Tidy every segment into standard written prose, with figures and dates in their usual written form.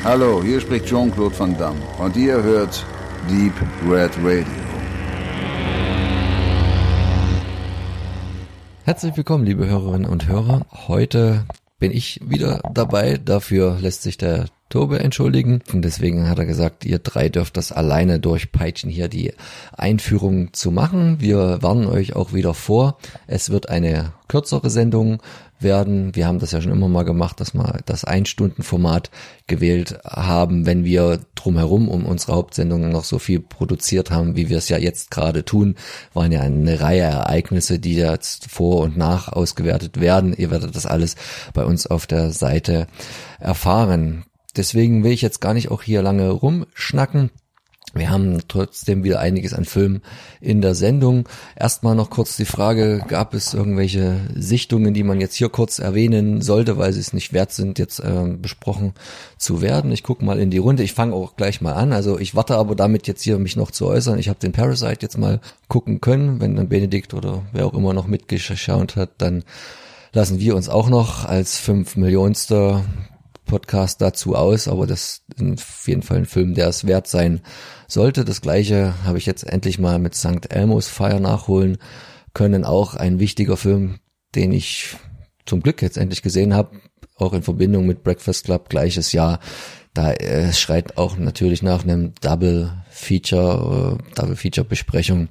Hallo, hier spricht Jean-Claude Van Damme und ihr hört Deep Red Radio. Herzlich willkommen, liebe Hörerinnen und Hörer. Heute bin ich wieder dabei. Dafür lässt sich der Tobe entschuldigen. Und deswegen hat er gesagt, ihr drei dürft das alleine durchpeitschen, hier die Einführung zu machen. Wir warnen euch auch wieder vor. Es wird eine kürzere Sendung werden. Wir haben das ja schon immer mal gemacht, dass wir das 1-Stunden-Format gewählt haben, wenn wir drumherum um unsere Hauptsendungen noch so viel produziert haben, wie wir es ja jetzt gerade tun, waren ja eine Reihe Ereignisse, die jetzt vor und nach ausgewertet werden. Ihr werdet das alles bei uns auf der Seite erfahren. Deswegen will ich jetzt gar nicht auch hier lange rumschnacken. Wir haben trotzdem wieder einiges an Filmen in der Sendung. Erstmal noch kurz die Frage, gab es irgendwelche Sichtungen, die man jetzt hier kurz erwähnen sollte, weil sie es nicht wert sind, jetzt besprochen zu werden? Ich gucke mal in die Runde. Ich fange auch gleich mal an. Also ich warte aber damit jetzt hier mich noch zu äußern. Ich habe den Parasite jetzt mal gucken können. Wenn dann Benedikt oder wer auch immer noch mitgeschaut hat, dann lassen wir uns auch noch als 5-Millionster Podcast dazu aus, aber das ist auf jeden Fall ein Film, der es wert sein sollte. Das Gleiche habe ich jetzt endlich mal mit St. Elmo's Fire nachholen können. Auch ein wichtiger Film, den ich zum Glück jetzt endlich gesehen habe, auch in Verbindung mit Breakfast Club, gleiches Jahr. Da schreit auch natürlich nach einem Double Feature Besprechung.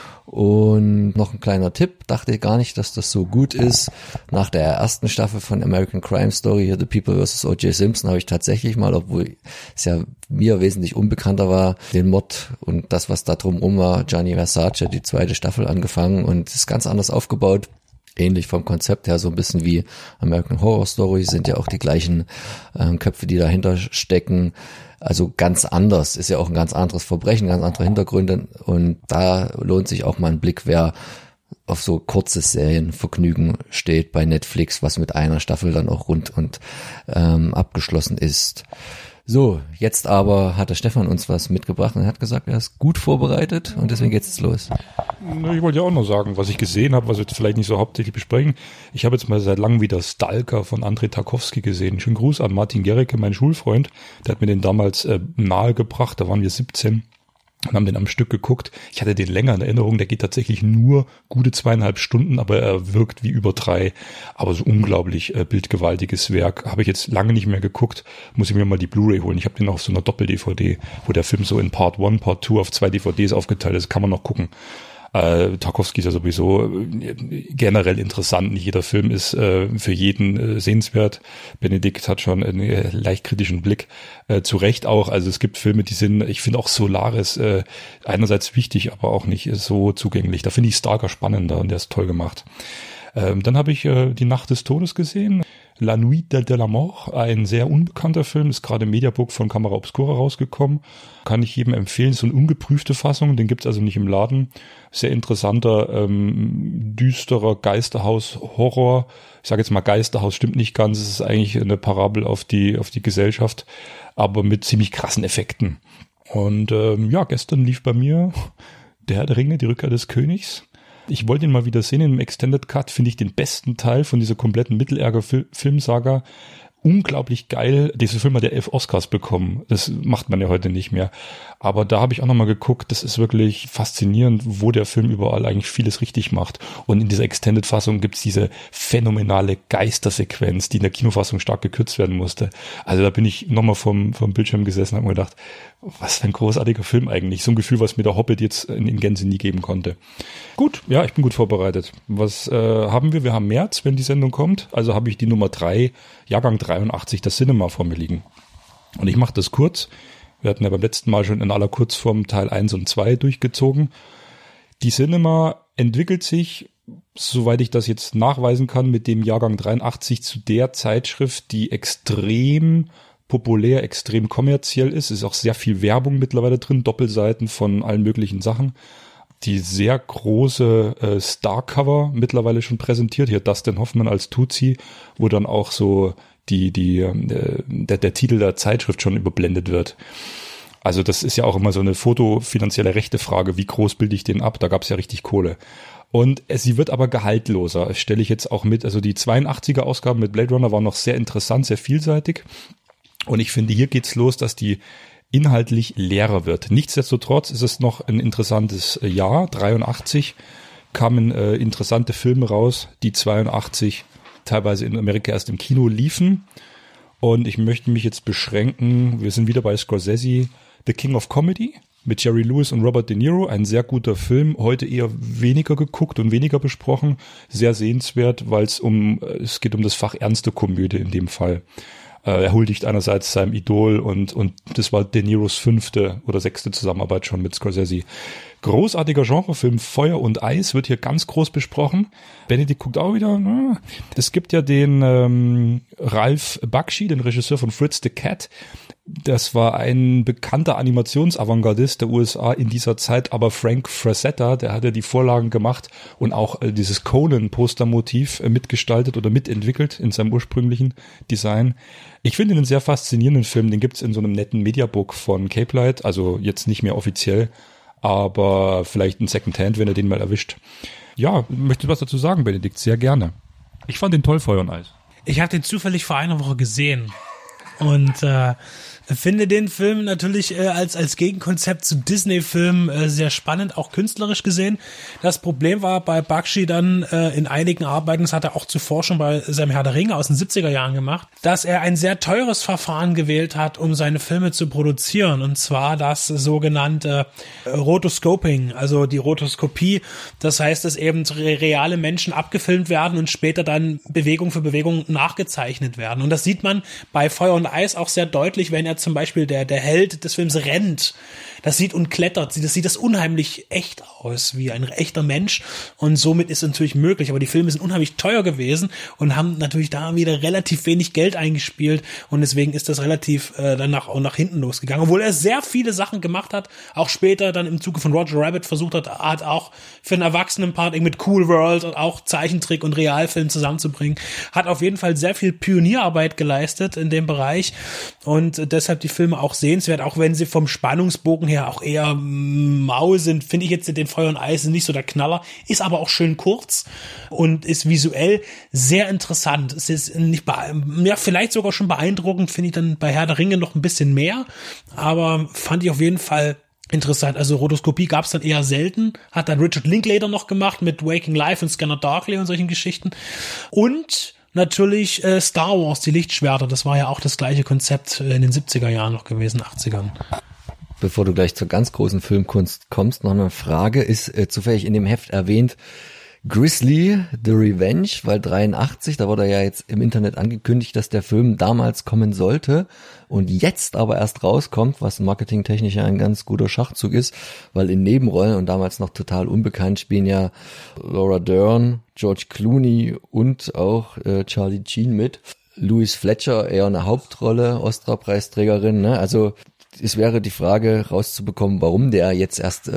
Und noch ein kleiner Tipp, dachte gar nicht, dass das so gut ist. Nach der ersten Staffel von American Crime Story, hier The People vs. O.J. Simpson, habe ich tatsächlich mal, obwohl es ja mir wesentlich unbekannter war, den Mord und das, was da drumherum war, Gianni Versace, die zweite Staffel angefangen und ist ganz anders aufgebaut. Ähnlich vom Konzept her, so ein bisschen wie American Horror Story, sind ja auch die gleichen Köpfe, die dahinter stecken. Also ganz anders, ist ja auch ein ganz anderes Verbrechen, ganz andere Hintergründe und da lohnt sich auch mal ein Blick, wer auf so kurzes Serienvergnügen steht bei Netflix, was mit einer Staffel dann auch rund und abgeschlossen ist. So, jetzt aber hat der Stefan uns was mitgebracht und er hat gesagt, er ist gut vorbereitet und deswegen geht's jetzt los. Ich wollte ja auch noch sagen, was ich gesehen habe, was wir jetzt vielleicht nicht so hauptsächlich besprechen. Ich habe jetzt mal seit langem wieder Stalker von Andrei Tarkovsky gesehen. Schönen Gruß an Martin Gericke, mein Schulfreund. Der hat mir den damals nahegebracht, da waren wir 17 und haben den am Stück geguckt. Ich hatte den länger in Erinnerung, der geht tatsächlich nur gute 2,5 Stunden, aber er wirkt wie über 3. Aber so unglaublich bildgewaltiges Werk. Habe ich jetzt lange nicht mehr geguckt, muss ich mir mal die Blu-ray holen. Ich habe den auch auf so einer Doppel-DVD, wo der Film so in Part 1, Part 2 auf 2 DVDs aufgeteilt ist, kann man noch gucken. Tarkovsky ist ja sowieso generell interessant. Nicht jeder Film ist für jeden sehenswert. Benedikt hat schon einen leicht kritischen Blick. Zu Recht auch. Also es gibt Filme, die sind, ich finde auch Solaris einerseits wichtig, aber auch nicht so zugänglich. Da finde ich Stalker spannender und der ist toll gemacht. Dann habe ich Die Nacht des Todes gesehen. La Nuit de la Mort, ein sehr unbekannter Film, ist gerade im Mediabook von Camera Obscura rausgekommen. Kann ich jedem empfehlen, so eine ungeprüfte Fassung, den gibt's also nicht im Laden. Sehr interessanter, düsterer Geisterhaus-Horror. Ich sage jetzt mal Geisterhaus, stimmt nicht ganz, es ist eigentlich eine Parabel auf die Gesellschaft, aber mit ziemlich krassen Effekten. Und gestern lief bei mir Der Herr der Ringe, die Rückkehr des Königs. Ich wollte ihn mal wieder sehen. Im Extended Cut finde ich den besten Teil von dieser kompletten Mittelalter-Filmsaga. Unglaublich geil. Dieser Film hat ja 11 Oscars bekommen. Das macht man ja heute nicht mehr. Aber da habe ich auch nochmal geguckt. Das ist wirklich faszinierend, wo der Film überall eigentlich vieles richtig macht. Und in dieser Extended-Fassung gibt's diese phänomenale Geistersequenz, die in der Kinofassung stark gekürzt werden musste. Also da bin ich nochmal vom Bildschirm gesessen und habe mir gedacht, was für ein großartiger Film eigentlich. So ein Gefühl, was mir der Hobbit jetzt in Gänze nie geben konnte. Gut, ja, ich bin gut vorbereitet. Was haben wir? Wir haben März, wenn die Sendung kommt. Also habe ich die Nummer 3, Jahrgang 83, das Cinema vor mir liegen. Und ich mache das kurz. Wir hatten ja beim letzten Mal schon in aller Kurzform Teil 1 und 2 durchgezogen. Die Cinema entwickelt sich, soweit ich das jetzt nachweisen kann, mit dem Jahrgang 83 zu der Zeitschrift, die extrem populär, extrem kommerziell ist. Es ist auch sehr viel Werbung mittlerweile drin, Doppelseiten von allen möglichen Sachen. Die sehr große Starcover mittlerweile schon präsentiert. Hier Dustin Hoffman als Tutsi, wo dann auch so der Titel der Zeitschrift schon überblendet wird. Also das ist ja auch immer so eine fotofinanzielle Rechte-Frage, wie groß bilde ich den ab? Da gab es ja richtig Kohle. Und sie wird aber gehaltloser, das stelle ich jetzt auch mit. Also die 82er Ausgaben mit Blade Runner waren noch sehr interessant, sehr vielseitig. Und ich finde, hier geht's los, dass die inhaltlich leerer wird. Nichtsdestotrotz ist es noch ein interessantes Jahr. 83 kamen interessante Filme raus, die 82 teilweise in Amerika erst im Kino liefen. Und ich möchte mich jetzt beschränken, wir sind wieder bei Scorsese, The King of Comedy mit Jerry Lewis und Robert De Niro. Ein sehr guter Film, heute eher weniger geguckt und weniger besprochen. Sehr sehenswert, weil es geht um das Fach ernste Komödie in dem Fall. Er huldigt einerseits seinem Idol und das war De Niros 5. oder 6. Zusammenarbeit schon mit Scorsese. Großartiger Genrefilm, Feuer und Eis wird hier ganz groß besprochen. Benedikt guckt auch wieder. Es gibt ja den Ralph Bakshi, den Regisseur von Fritz the Cat. Das war ein bekannter Animationsavantgardist der USA in dieser Zeit, aber Frank Frazetta, der hat ja die Vorlagen gemacht und auch dieses Conan-Postermotiv mitgestaltet oder mitentwickelt in seinem ursprünglichen Design. Ich finde ihn einen sehr faszinierenden Film, den gibt's in so einem netten Mediabook von Cape Light, also jetzt nicht mehr offiziell, aber vielleicht ein Secondhand, wenn er den mal erwischt. Ja, möchtest du was dazu sagen, Benedikt? Sehr gerne. Ich fand den toll, Feuer und Eis. Ich habe den zufällig vor einer Woche gesehen und finde den Film natürlich als Gegenkonzept zu Disney-Filmen sehr spannend, auch künstlerisch gesehen. Das Problem war bei Bakshi dann in einigen Arbeiten, das hat er auch zuvor schon bei seinem Herr der Ringe aus den 70er Jahren gemacht, dass er ein sehr teures Verfahren gewählt hat, um seine Filme zu produzieren, und zwar das sogenannte Rotoscoping, also die Rotoskopie. Das heißt, dass eben reale Menschen abgefilmt werden und später dann Bewegung für Bewegung nachgezeichnet werden. Und das sieht man bei Feuer und Eis auch sehr deutlich, wenn er zum Beispiel der Held des Films rennt. Das sieht und klettert. Das sieht das unheimlich echt aus, wie ein echter Mensch. Und somit ist es natürlich möglich. Aber die Filme sind unheimlich teuer gewesen und haben natürlich da wieder relativ wenig Geld eingespielt. Und deswegen ist das relativ dann nach hinten losgegangen. Obwohl er sehr viele Sachen gemacht hat. Auch später dann im Zuge von Roger Rabbit versucht hat auch für einen Erwachsenenpart mit Cool World und auch Zeichentrick und Realfilm zusammenzubringen. Hat auf jeden Fall sehr viel Pionierarbeit geleistet in dem Bereich. Und deshalb die Filme auch sehenswert, auch wenn sie vom Spannungsbogen her auch eher mau sind, finde ich jetzt den Feuer und Eis nicht so der Knaller, ist aber auch schön kurz und ist visuell sehr interessant. Es ist nicht vielleicht sogar schon beeindruckend, finde ich dann bei Herr der Ringe noch ein bisschen mehr, aber fand ich auf jeden Fall interessant. Also Rotoskopie gab es dann eher selten, hat dann Richard Linklater noch gemacht mit Waking Life und Scanner Darkly und solchen Geschichten. Und natürlich Star Wars, die Lichtschwerter, das war ja auch das gleiche Konzept in den 70er Jahren noch gewesen, 80ern. Bevor du gleich zur ganz großen Filmkunst kommst, noch eine Frage. Ist zufällig in dem Heft erwähnt Grizzly, The Revenge, weil 83, da wurde ja jetzt im Internet angekündigt, dass der Film damals kommen sollte und jetzt aber erst rauskommt, was marketingtechnisch ja ein ganz guter Schachzug ist, weil in Nebenrollen und damals noch total unbekannt spielen ja Laura Dern, George Clooney und auch Charlie Sheen mit. Louise Fletcher eher eine Hauptrolle, Oscar-Preisträgerin, ne? Also es wäre die Frage rauszubekommen, warum der jetzt erst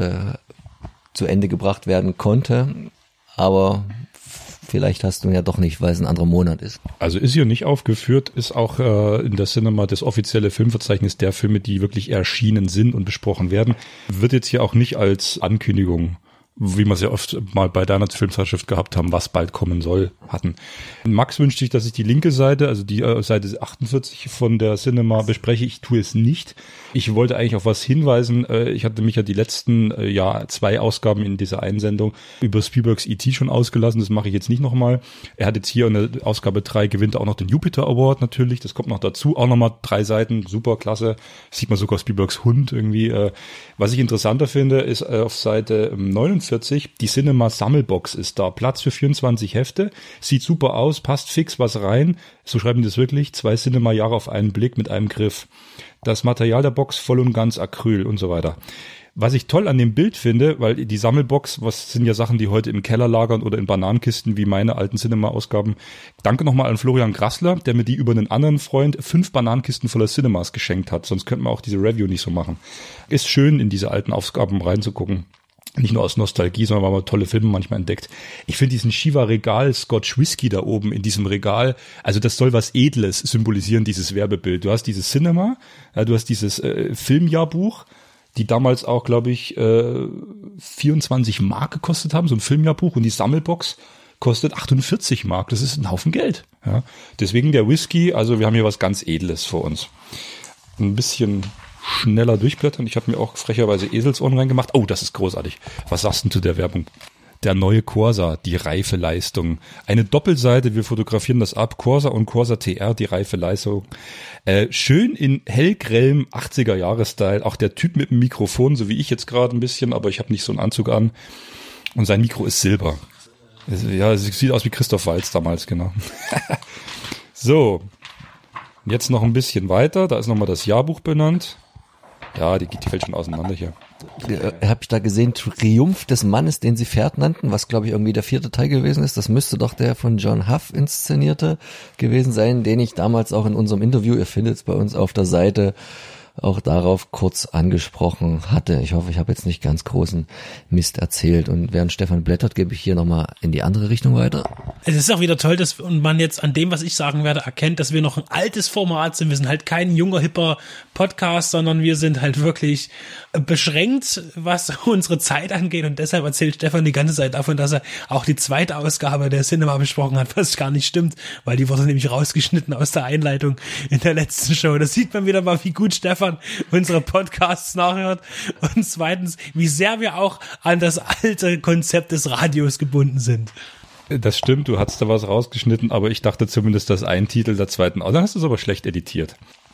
zu Ende gebracht werden konnte. Aber vielleicht hast du ihn ja doch nicht, weil es ein anderer Monat ist. Also ist hier nicht aufgeführt, ist auch in der Cinema das offizielle Filmverzeichnis der Filme, die wirklich erschienen sind und besprochen werden. Wird jetzt hier auch nicht als Ankündigung, wie wir es ja oft mal bei deiner Filmzeitschrift gehabt haben, was bald kommen soll, hatten. Max wünscht sich, dass ich die linke Seite, also die Seite 48 von der Cinema bespreche. Ich tue es nicht. Ich wollte eigentlich auf was hinweisen. Ich hatte mich ja die letzten 2 Ausgaben in dieser Einsendung über Spielbergs E.T. schon ausgelassen. Das mache ich jetzt nicht nochmal. Er hat jetzt hier in der Ausgabe 3 gewinnt auch noch den Jupiter Award natürlich. Das kommt noch dazu. Auch nochmal 3 Seiten. Super, klasse. Sieht man sogar Spielbergs Hund irgendwie. Was ich interessanter finde, ist auf Seite 49 die Cinema Sammelbox ist da. Platz für 24 Hefte. Sieht super aus. Passt fix was rein. So schreiben die das wirklich. 2 Cinema-Jahre auf einen Blick mit einem Griff. Das Material der Box voll und ganz Acryl und so weiter. Was ich toll an dem Bild finde, weil die Sammelbox, was sind ja Sachen, die heute im Keller lagern oder in Bananenkisten wie meine alten Cinema-Ausgaben. Danke nochmal an Florian Grassler, der mir die über einen anderen Freund 5 Bananenkisten voller Cinemas geschenkt hat. Sonst könnte man auch diese Review nicht so machen. Ist schön, in diese alten Ausgaben reinzugucken. Nicht nur aus Nostalgie, sondern weil man tolle Filme manchmal entdeckt. Ich finde diesen Shiva-Regal Scotch Whisky da oben in diesem Regal, also das soll was Edles symbolisieren, dieses Werbebild. Du hast dieses Cinema, du hast dieses Filmjahrbuch, die damals auch, glaube ich, 24 Mark gekostet haben, so ein Filmjahrbuch, und die Sammelbox kostet 48 Mark. Das ist ein Haufen Geld. Ja. Deswegen der Whisky, also wir haben hier was ganz Edles vor uns. Ein bisschen schneller durchblättern. Ich habe mir auch frecherweise Eselsohren reingemacht. Oh, das ist großartig. Was sagst du zu der Werbung? Der neue Corsa, die reife Leistung. Eine Doppelseite, wir fotografieren das ab. Corsa und Corsa TR, die reife Leistung. Schön in hellgrellem 80er-Jahre-Style. Auch der Typ mit dem Mikrofon, so wie ich jetzt gerade ein bisschen, aber ich habe nicht so einen Anzug an. Und sein Mikro ist Silber. Ja, es sieht aus wie Christoph Waltz damals, genau. So, jetzt noch ein bisschen weiter. Da ist nochmal das Jahrbuch benannt. Ja, die fällt schon auseinander hier. Habe ich da gesehen, Triumph des Mannes, den sie Pferd nannten, was glaube ich irgendwie der 4. Teil gewesen ist. Das müsste doch der von John Huff inszenierte gewesen sein, den ich damals auch in unserem Interview, ihr findet es bei uns auf der Seite, auch darauf kurz angesprochen hatte. Ich hoffe, ich habe jetzt nicht ganz großen Mist erzählt. Und während Stefan blättert, gebe ich hier nochmal in die andere Richtung weiter. Es ist auch wieder toll, dass man jetzt an dem, was ich sagen werde, erkennt, dass wir noch ein altes Format sind. Wir sind halt kein junger, hipper Podcast, sondern wir sind halt wirklich beschränkt, was unsere Zeit angeht. Und deshalb erzählt Stefan die ganze Zeit davon, dass er auch die zweite Ausgabe der Cinema besprochen hat, was gar nicht stimmt, weil die wurde nämlich rausgeschnitten aus der Einleitung in der letzten Show. Das sieht man wieder mal, wie gut Stefan unsere Podcasts nachhört und zweitens, wie sehr wir auch an das alte Konzept des Radios gebunden sind. Das stimmt, du hast da was rausgeschnitten, aber ich dachte zumindest, dass ein Titel der zweiten, dann hast du es aber schlecht editiert.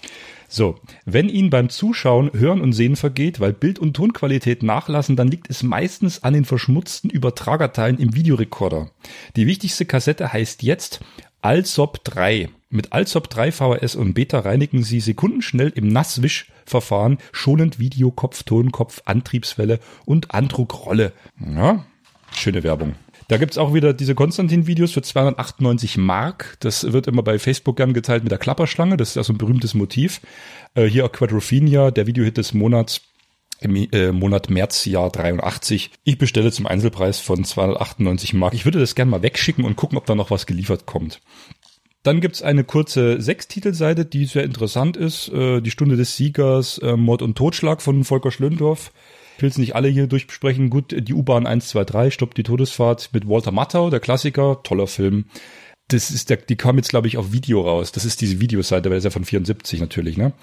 So, wenn Ihnen beim Zuschauen Hören und Sehen vergeht, weil Bild- und Tonqualität nachlassen, dann liegt es meistens an den verschmutzten Übertragerteilen im Videorekorder. Die wichtigste Kassette heißt jetzt Alsop 3. Mit Alsop 3 VHS und Beta reinigen Sie sekundenschnell im Nasswischverfahren schonend Video, Kopf, Tonkopf, Antriebswelle und Andruckrolle. Ja, schöne Werbung. Da gibt's auch wieder diese Konstantin-Videos für 298 Mark. Das wird immer bei Facebook gern geteilt mit der Klapperschlange. Das ist ja so ein berühmtes Motiv. Hier auch Quadrophenia, der Videohit des Monats im Monat März, Jahr 83. Ich bestelle zum Einzelpreis von 298 Mark. Ich würde das gerne mal wegschicken und gucken, ob da noch was geliefert kommt. Dann gibt's eine kurze 6-Titelseite, die sehr interessant ist. Die Stunde des Siegers, Mord und Totschlag von Volker Schlöndorff. Ich will es nicht alle hier durchbesprechen. Gut, die U-Bahn 123 stoppt die Todesfahrt mit Walter Matthau, der Klassiker, toller Film. Das ist die kam jetzt, glaube ich, auf Video raus. Das ist diese Videoseite, weil das ist ja von 74 natürlich, ne?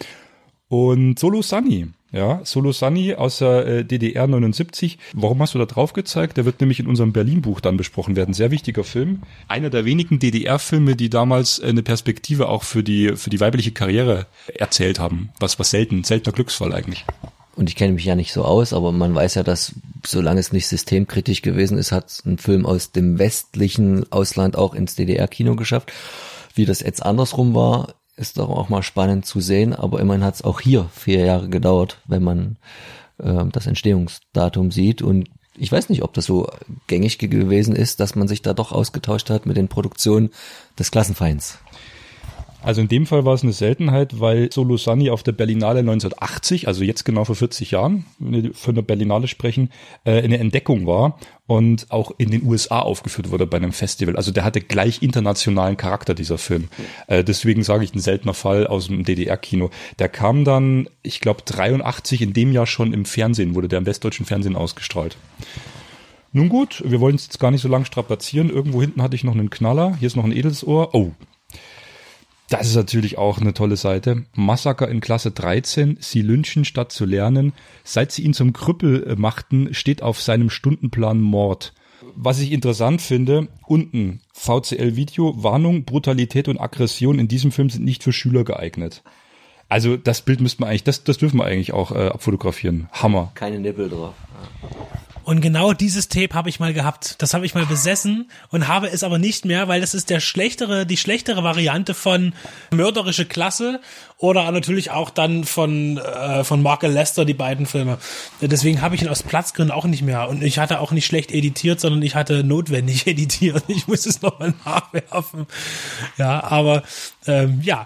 Und Solo Sunny, ja, Solo Sunny aus der DDR 79. Warum hast du da drauf gezeigt? Der wird nämlich in unserem Berlin-Buch dann besprochen werden. Sehr wichtiger Film. Einer der wenigen DDR-Filme, die damals eine Perspektive auch für die weibliche Karriere erzählt haben. Was seltener Glücksfall eigentlich. Und ich kenne mich ja nicht so aus, aber man weiß ja, dass solange es nicht systemkritisch gewesen ist, hat ein Film aus dem westlichen Ausland auch ins DDR-Kino geschafft. Wie das jetzt andersrum war, ist doch auch mal spannend zu sehen, aber immerhin hat es auch hier 4 Jahre gedauert, wenn man das Entstehungsdatum sieht. Und ich weiß nicht, ob das so gängig gewesen ist, dass man sich da doch ausgetauscht hat mit den Produktionen des Klassenfeinds. Also in dem Fall war es eine Seltenheit, weil Solo Sunny auf der Berlinale 1980, also jetzt genau vor 40 Jahren, wenn wir von der Berlinale sprechen, eine Entdeckung war und auch in den USA aufgeführt wurde bei einem Festival. Also der hatte gleich internationalen Charakter, dieser Film. Deswegen sage ich, ein seltener Fall aus dem DDR-Kino. Der kam dann, ich glaube 83, in dem Jahr schon im Fernsehen, wurde der im westdeutschen Fernsehen ausgestrahlt. Nun gut, wir wollen es jetzt gar nicht so lang strapazieren. Irgendwo hinten hatte ich noch einen Knaller. Hier ist noch ein Edelsohr. Oh, das ist natürlich auch eine tolle Seite. Massaker in Klasse 13. Sie lynchen statt zu lernen. Seit sie ihn zum Krüppel machten, steht auf seinem Stundenplan Mord. Was ich interessant finde, unten VCL-Video, Warnung, Brutalität und Aggression in diesem Film sind nicht für Schüler geeignet. Also das Bild müsste man eigentlich, das dürfen wir eigentlich auch abfotografieren. Hammer. Keine Nippel drauf. Und genau dieses Tape habe ich mal gehabt. Das habe ich mal besessen und habe es aber nicht mehr, weil das ist die schlechtere Variante von Mörderische Klasse oder natürlich auch dann von Mark Lester, die beiden Filme. Deswegen habe ich ihn aus Platzgründen auch nicht mehr. Und ich hatte auch nicht schlecht editiert, sondern ich hatte notwendig editiert. Ich muss es nochmal nachwerfen. Ja, aber ja.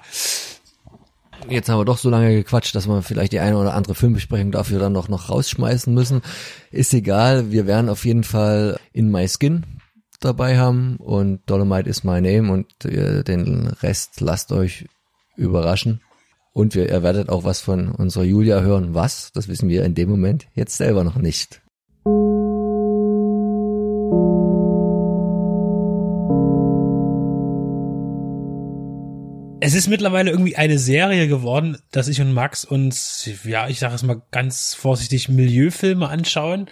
Jetzt haben wir doch so lange gequatscht, dass wir vielleicht die eine oder andere Filmbesprechung dafür dann noch rausschmeißen müssen. Ist egal, wir werden auf jeden Fall In My Skin dabei haben und Dolomite is My Name und den Rest lasst euch überraschen. Und ihr werdet auch was von unserer Julia hören. Was? Das wissen wir in dem Moment jetzt selber noch nicht. Es ist mittlerweile irgendwie eine Serie geworden, dass ich und Max uns, ja, ich sage es mal ganz vorsichtig, Milieufilme anschauen.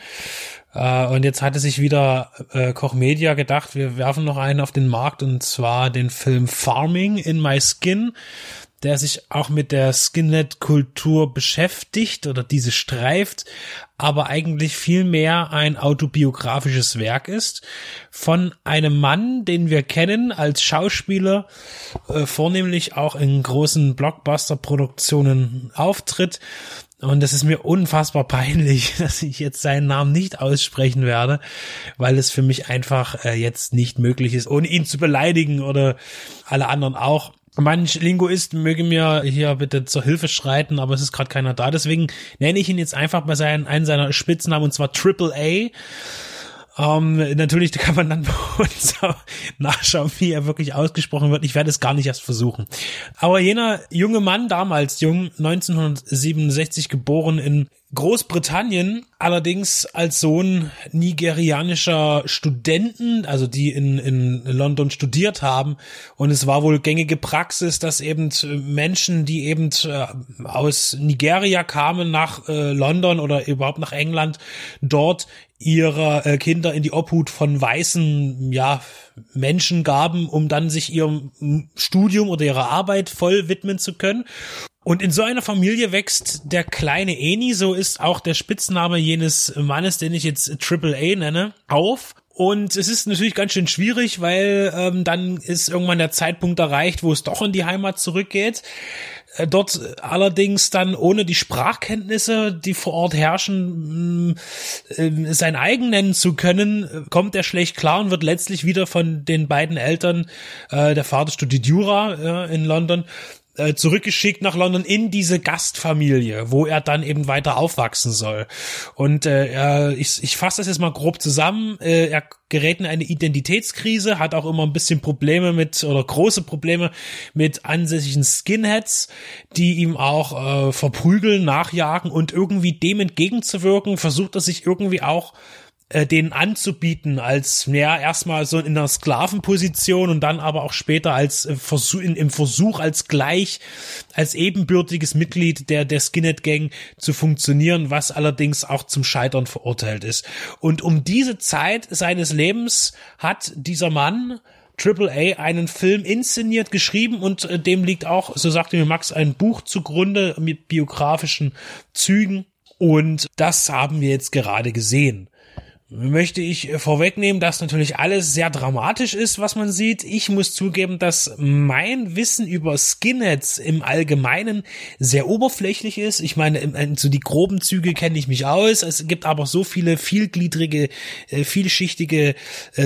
Und jetzt hatte sich wieder Koch Media gedacht, wir werfen noch einen auf den Markt, und zwar den Film Farming in My Skin, der sich auch mit der Skinhead-Kultur beschäftigt oder diese streift, aber eigentlich viel mehr ein autobiografisches Werk ist von einem Mann, den wir kennen als Schauspieler, vornehmlich auch in großen Blockbuster-Produktionen auftritt. Und es ist mir unfassbar peinlich, dass ich jetzt seinen Namen nicht aussprechen werde, weil es für mich einfach jetzt nicht möglich ist, ohne ihn zu beleidigen oder alle anderen auch. Manch Linguist möge mir hier bitte zur Hilfe schreiten, aber es ist gerade keiner da. Deswegen nenne ich ihn jetzt einfach bei einen seiner Spitznamen, und zwar Triple A. Natürlich kann man dann bei uns nachschauen, wie er wirklich ausgesprochen wird. Ich werde es gar nicht erst versuchen. Aber jener junge Mann, damals jung, 1967 geboren in Großbritannien, allerdings als Sohn nigerianischer Studenten, also die in London studiert haben. Und es war wohl gängige Praxis, dass eben Menschen, die eben aus Nigeria kamen nach London oder überhaupt nach England, dort ihre Kinder in die Obhut von weißen, ja, Menschen gaben, um dann sich ihrem Studium oder ihrer Arbeit voll widmen zu können. Und in so einer Familie wächst der kleine Eni, so ist auch der Spitzname jenes Mannes, den ich jetzt Triple A nenne, auf. Und es ist natürlich ganz schön schwierig, weil dann ist irgendwann der Zeitpunkt erreicht, wo es doch in die Heimat zurückgeht. Dort allerdings dann ohne die Sprachkenntnisse, die vor Ort herrschen, sein eigen nennen zu können, kommt er schlecht klar und wird letztlich wieder von den beiden Eltern, der Vater studiert Jura in London, zurückgeschickt nach London in diese Gastfamilie, wo er dann eben weiter aufwachsen soll. Und ich fasse das jetzt mal grob zusammen. Er gerät in eine Identitätskrise, hat auch immer ein bisschen große Probleme mit ansässigen Skinheads, die ihm auch verprügeln, nachjagen, und irgendwie dem entgegenzuwirken, versucht er sich irgendwie auch denen anzubieten als, ja, erstmal so in einer Sklavenposition und dann aber auch später als im Versuch als ebenbürtiges Mitglied der Skinhead-Gang zu funktionieren, was allerdings auch zum Scheitern verurteilt ist. Und um diese Zeit seines Lebens hat dieser Mann Triple A einen Film inszeniert, geschrieben, und dem liegt auch, so sagte mir Max, ein Buch zugrunde mit biografischen Zügen, und das haben wir jetzt gerade gesehen. Möchte ich vorwegnehmen, dass natürlich alles sehr dramatisch ist, was man sieht. Ich muss zugeben, dass mein Wissen über Skinheads im Allgemeinen sehr oberflächlich ist. Ich meine, so die groben Züge kenne ich mich aus. Es gibt aber so viele vielgliedrige, vielschichtige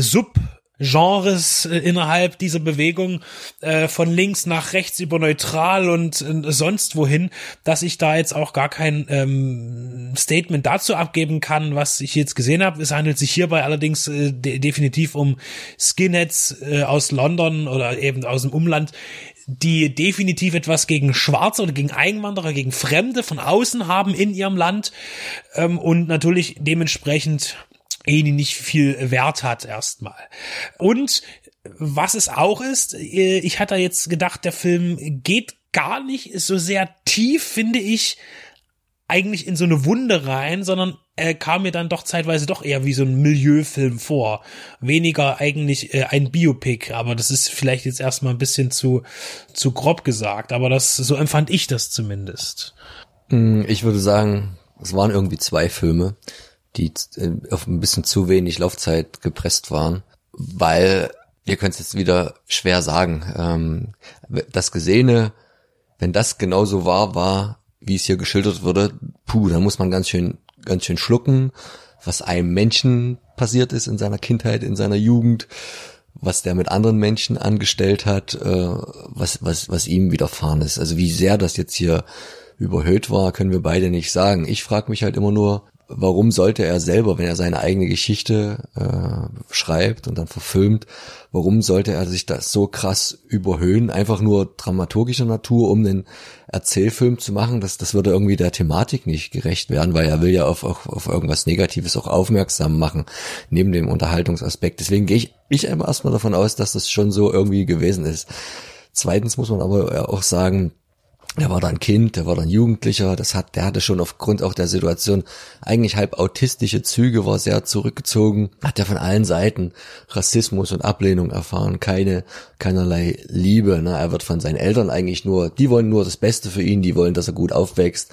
Subgenres innerhalb dieser Bewegung, von links nach rechts über neutral und sonst wohin, dass ich da jetzt auch gar kein Statement dazu abgeben kann, was ich jetzt gesehen habe. Es handelt sich hierbei allerdings definitiv um Skinheads aus London oder eben aus dem Umland, die definitiv etwas gegen Schwarze oder gegen Einwanderer, gegen Fremde von außen haben in ihrem Land, und natürlich dementsprechend nicht viel Wert hat erstmal. Und was es auch ist, ich hatte jetzt gedacht, der Film geht gar nicht so sehr tief, finde ich, eigentlich in so eine Wunde rein, sondern er kam mir dann doch zeitweise doch eher wie so ein Milieufilm vor. Weniger eigentlich ein Biopic, aber das ist vielleicht jetzt erstmal ein bisschen zu grob gesagt, aber so empfand ich das zumindest. Ich würde sagen, es waren irgendwie zwei Filme, die auf ein bisschen zu wenig Laufzeit gepresst waren, weil wir können es jetzt wieder schwer sagen. Das Gesehene, wenn das genauso war, wie es hier geschildert wurde, da muss man ganz schön schlucken, was einem Menschen passiert ist in seiner Kindheit, in seiner Jugend, was der mit anderen Menschen angestellt hat, was ihm widerfahren ist. Also wie sehr das jetzt hier überhöht war, können wir beide nicht sagen. Ich frage mich halt immer nur, warum sollte er selber, wenn er seine eigene Geschichte schreibt und dann verfilmt, warum sollte er sich das so krass überhöhen, einfach nur dramaturgischer Natur, um den Erzählfilm zu machen? Das würde irgendwie der Thematik nicht gerecht werden, weil er will ja auf irgendwas Negatives auch aufmerksam machen, neben dem Unterhaltungsaspekt. Deswegen gehe ich erstmal davon aus, dass das schon so irgendwie gewesen ist. Zweitens muss man aber auch sagen, der war dann Kind, der war dann Jugendlicher, der hatte schon aufgrund auch der Situation eigentlich halb autistische Züge, war sehr zurückgezogen, hat ja von allen Seiten Rassismus und Ablehnung erfahren, keinerlei Liebe, ne? Er wird von seinen Eltern eigentlich die wollen nur das Beste für ihn, die wollen, dass er gut aufwächst.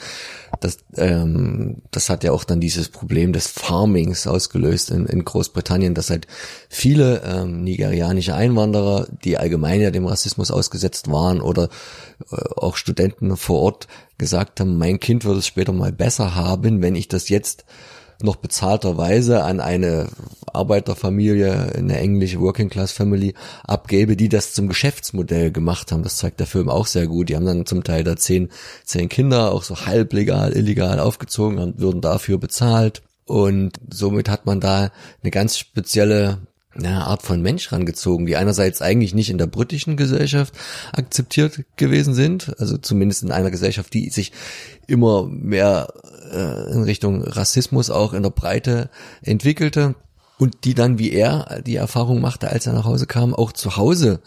Das hat ja auch dann dieses Problem des Farmings ausgelöst in Großbritannien, dass halt viele nigerianische Einwanderer, die allgemein ja dem Rassismus ausgesetzt waren oder auch Studenten vor Ort gesagt haben, mein Kind wird es später mal besser haben, wenn ich das jetzt noch bezahlterweise an eine Arbeiterfamilie, eine englische Working Class Family abgebe, die das zum Geschäftsmodell gemacht haben. Das zeigt der Film auch sehr gut. Die haben dann zum Teil da 10 Kinder auch so halblegal, illegal aufgezogen und würden dafür bezahlt. Und somit hat man da eine ganz spezielle Art von Mensch rangezogen, die einerseits eigentlich nicht in der britischen Gesellschaft akzeptiert gewesen sind, also zumindest in einer Gesellschaft, die sich immer mehr in Richtung Rassismus auch in der Breite entwickelte und die dann, wie er die Erfahrung machte, als er nach Hause kam, auch zu Hause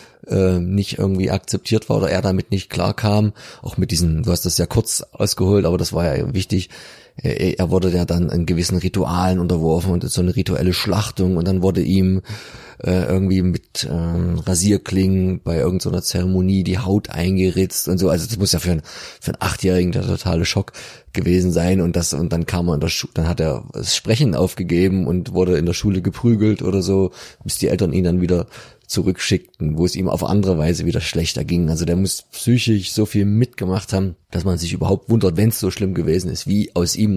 nicht irgendwie akzeptiert war oder er damit nicht klar kam, auch mit diesen, du hast das ja kurz ausgeholt, aber das war ja wichtig, er wurde ja dann in gewissen Ritualen unterworfen und so eine rituelle Schlachtung und dann wurde ihm irgendwie mit Rasierklingen bei irgendeiner Zeremonie die Haut eingeritzt und so, also das muss ja für einen 8-Jährigen der totale Schock gewesen sein und dann kam er dann hat er das Sprechen aufgegeben und wurde in der Schule geprügelt oder so, bis die Eltern ihn dann wieder zurückschickten, wo es ihm auf andere Weise wieder schlechter ging. Also der muss psychisch so viel mitgemacht haben, dass man sich überhaupt wundert, wenn es so schlimm gewesen ist, wie aus ihm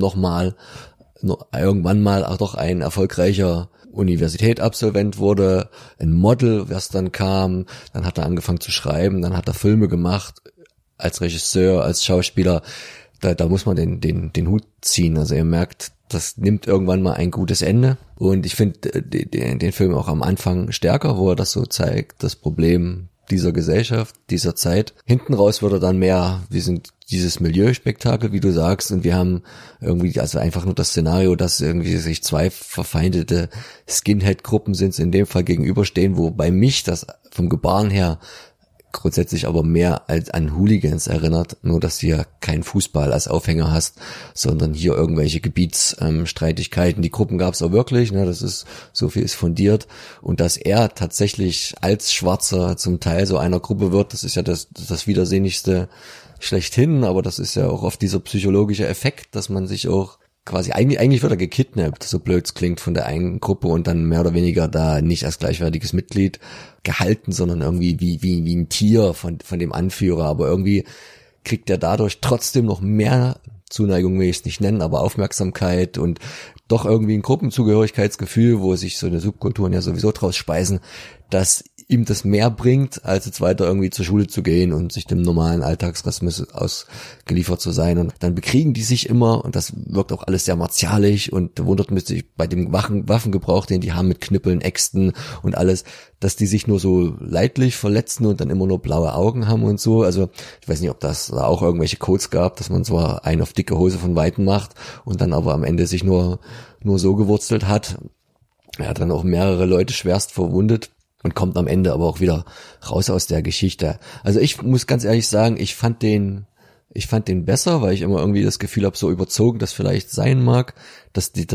irgendwann mal auch doch ein erfolgreicher Universitätsabsolvent wurde, ein Model, was dann kam, dann hat er angefangen zu schreiben, dann hat er Filme gemacht, als Regisseur, als Schauspieler, da muss man den Hut ziehen. Also ihr merkt, das nimmt irgendwann mal ein gutes Ende. Und ich finde den Film auch am Anfang stärker, wo er das so zeigt, das Problem dieser Gesellschaft, dieser Zeit. Hinten raus wird er dann mehr, wir sind dieses Milieuspektakel, wie du sagst, und wir haben irgendwie, also einfach nur das Szenario, dass irgendwie sich 2 verfeindete Skinhead-Gruppen sind, in dem Fall gegenüberstehen, wobei mich das vom Gebaren her grundsätzlich aber mehr als an Hooligans erinnert, nur dass du hier keinen Fußball als Aufhänger hast, sondern hier irgendwelche Gebietsstreitigkeiten. Die Gruppen gab es auch wirklich, ne, das ist, so viel ist fundiert. Und dass er tatsächlich als Schwarzer zum Teil so einer Gruppe wird, das ist ja das Widersinnigste schlechthin, aber das ist ja auch oft dieser psychologische Effekt, dass man sich auch quasi, eigentlich wird er gekidnappt, so blöd es klingt, von der einen Gruppe und dann mehr oder weniger da nicht als gleichwertiges Mitglied gehalten, sondern irgendwie wie ein Tier von dem Anführer, aber irgendwie kriegt er dadurch trotzdem noch mehr Zuneigung, will ich es nicht nennen, aber Aufmerksamkeit und doch irgendwie ein Gruppenzugehörigkeitsgefühl, wo sich so eine Subkulturen ja sowieso draus speisen, dass ihm das mehr bringt, als jetzt weiter irgendwie zur Schule zu gehen und sich dem normalen Alltagsrassismus ausgeliefert zu sein. Und dann bekriegen die sich immer und das wirkt auch alles sehr martialisch und da wundert mich sich bei dem Waffengebrauch, den die haben mit Knüppeln, Äxten und alles, dass die sich nur so leidlich verletzen und dann immer nur blaue Augen haben und so. Also ich weiß nicht, ob das da auch irgendwelche Codes gab, dass man zwar einen auf dicke Hose von Weitem macht und dann aber am Ende sich nur so gewurzelt hat. Er hat dann auch mehrere Leute schwerst verwundet. Und kommt am Ende aber auch wieder raus aus der Geschichte. Also ich muss ganz ehrlich sagen, ich fand den besser, weil ich immer irgendwie das Gefühl habe, so überzogen das vielleicht sein mag, dass die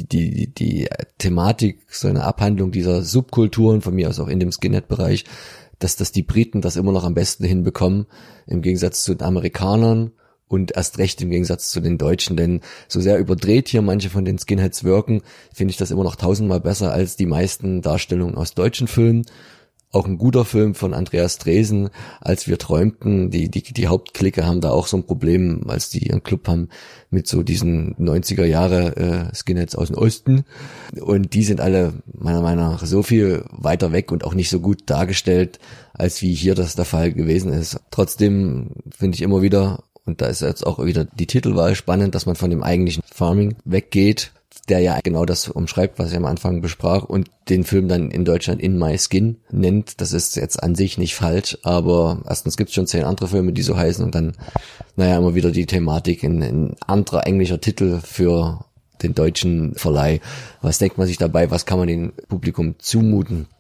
Thematik, so eine Abhandlung dieser Subkulturen, von mir aus auch in dem Skinhead-Bereich, dass die Briten das immer noch am besten hinbekommen, im Gegensatz zu den Amerikanern. Und erst recht im Gegensatz zu den Deutschen, denn so sehr überdreht hier manche von den Skinheads wirken, finde ich das immer noch 1000-mal besser als die meisten Darstellungen aus deutschen Filmen. Auch ein guter Film von Andreas Dresen, Als wir träumten. Die Hauptklicke haben da auch so ein Problem, als die ihren Club haben mit so diesen 90er Jahre Skinheads aus dem Osten. Und die sind alle meiner Meinung nach so viel weiter weg und auch nicht so gut dargestellt, als wie hier das der Fall gewesen ist. Trotzdem finde ich immer wieder, und da ist jetzt auch wieder die Titelwahl spannend, dass man von dem eigentlichen Farming weggeht, der ja genau das umschreibt, was ich am Anfang besprach, und den Film dann in Deutschland In My Skin nennt. Das ist jetzt an sich nicht falsch, aber erstens gibt es schon 10 andere Filme, die so heißen, und dann, immer wieder die Thematik in ein anderer englischer Titel für den deutschen Verleih. Was denkt man sich dabei, was kann man dem Publikum zumuten?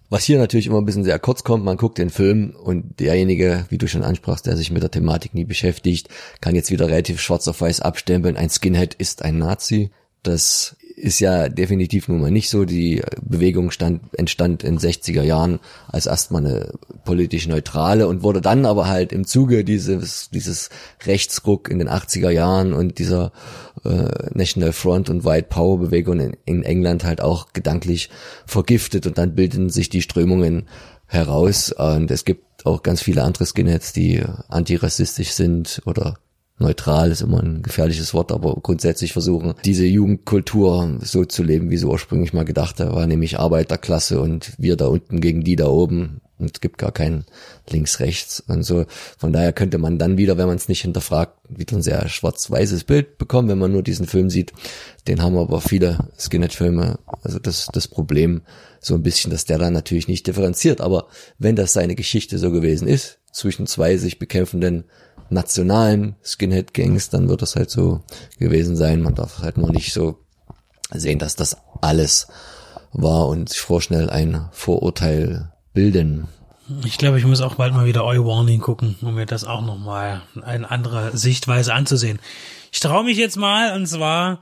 Was hier natürlich immer ein bisschen sehr kurz kommt, man guckt den Film und derjenige, wie du schon ansprachst, der sich mit der Thematik nie beschäftigt, kann jetzt wieder relativ schwarz auf weiß abstempeln, ein Skinhead ist ein Nazi. Das ist ja definitiv nun mal nicht so. Die Bewegung entstand in 60er Jahren als erstmal eine politisch neutrale und wurde dann aber halt im Zuge dieses Rechtsruck in den 80er Jahren und dieser National Front und White Power Bewegung in England halt auch gedanklich vergiftet und dann bilden sich die Strömungen heraus und es gibt auch ganz viele andere Skinheads, die antirassistisch sind oder neutral ist immer ein gefährliches Wort, aber grundsätzlich versuchen, diese Jugendkultur so zu leben, wie sie ursprünglich mal gedacht war, nämlich Arbeiterklasse und wir da unten gegen die da oben und es gibt gar kein links-rechts und so. Von daher könnte man dann wieder, wenn man es nicht hinterfragt, wieder ein sehr schwarz-weißes Bild bekommen, wenn man nur diesen Film sieht. Den haben aber viele Skinhead-Filme, also das Problem so ein bisschen, dass der dann natürlich nicht differenziert, aber wenn das seine Geschichte so gewesen ist, zwischen zwei sich bekämpfenden nationalen Skinhead-Gangs, dann wird das halt so gewesen sein. Man darf halt nur nicht so sehen, dass das alles war und sich vorschnell ein Vorurteil bilden. Ich glaube, ich muss auch bald mal wieder Oi Warning gucken, um mir das auch nochmal eine andere Sichtweise anzusehen. Ich traue mich jetzt mal, und zwar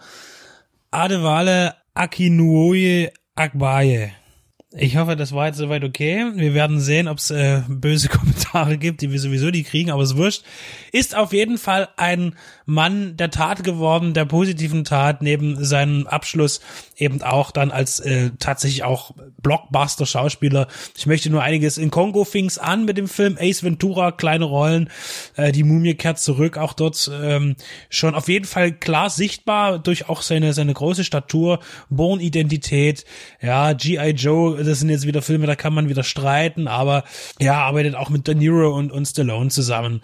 Adewale Akinwumi Agbaje. Ich hoffe, das war jetzt soweit okay. Wir werden sehen, ob es böse Kommentare gibt, die wir sowieso nicht kriegen, aber es ist wurscht. Ist auf jeden Fall ein Mann der Tat geworden, der positiven Tat, neben seinem Abschluss eben auch dann als tatsächlich auch Blockbuster-Schauspieler. Ich möchte nur einiges, in Kongo fing's an mit dem Film, Ace Ventura, kleine Rollen, die Mumie kehrt zurück, auch dort schon auf jeden Fall klar sichtbar durch auch seine große Statur, Bourne-Identität, ja, G.I. Joe, das sind jetzt wieder Filme, da kann man wieder streiten, aber ja, arbeitet auch mit De Niro und Stallone zusammen.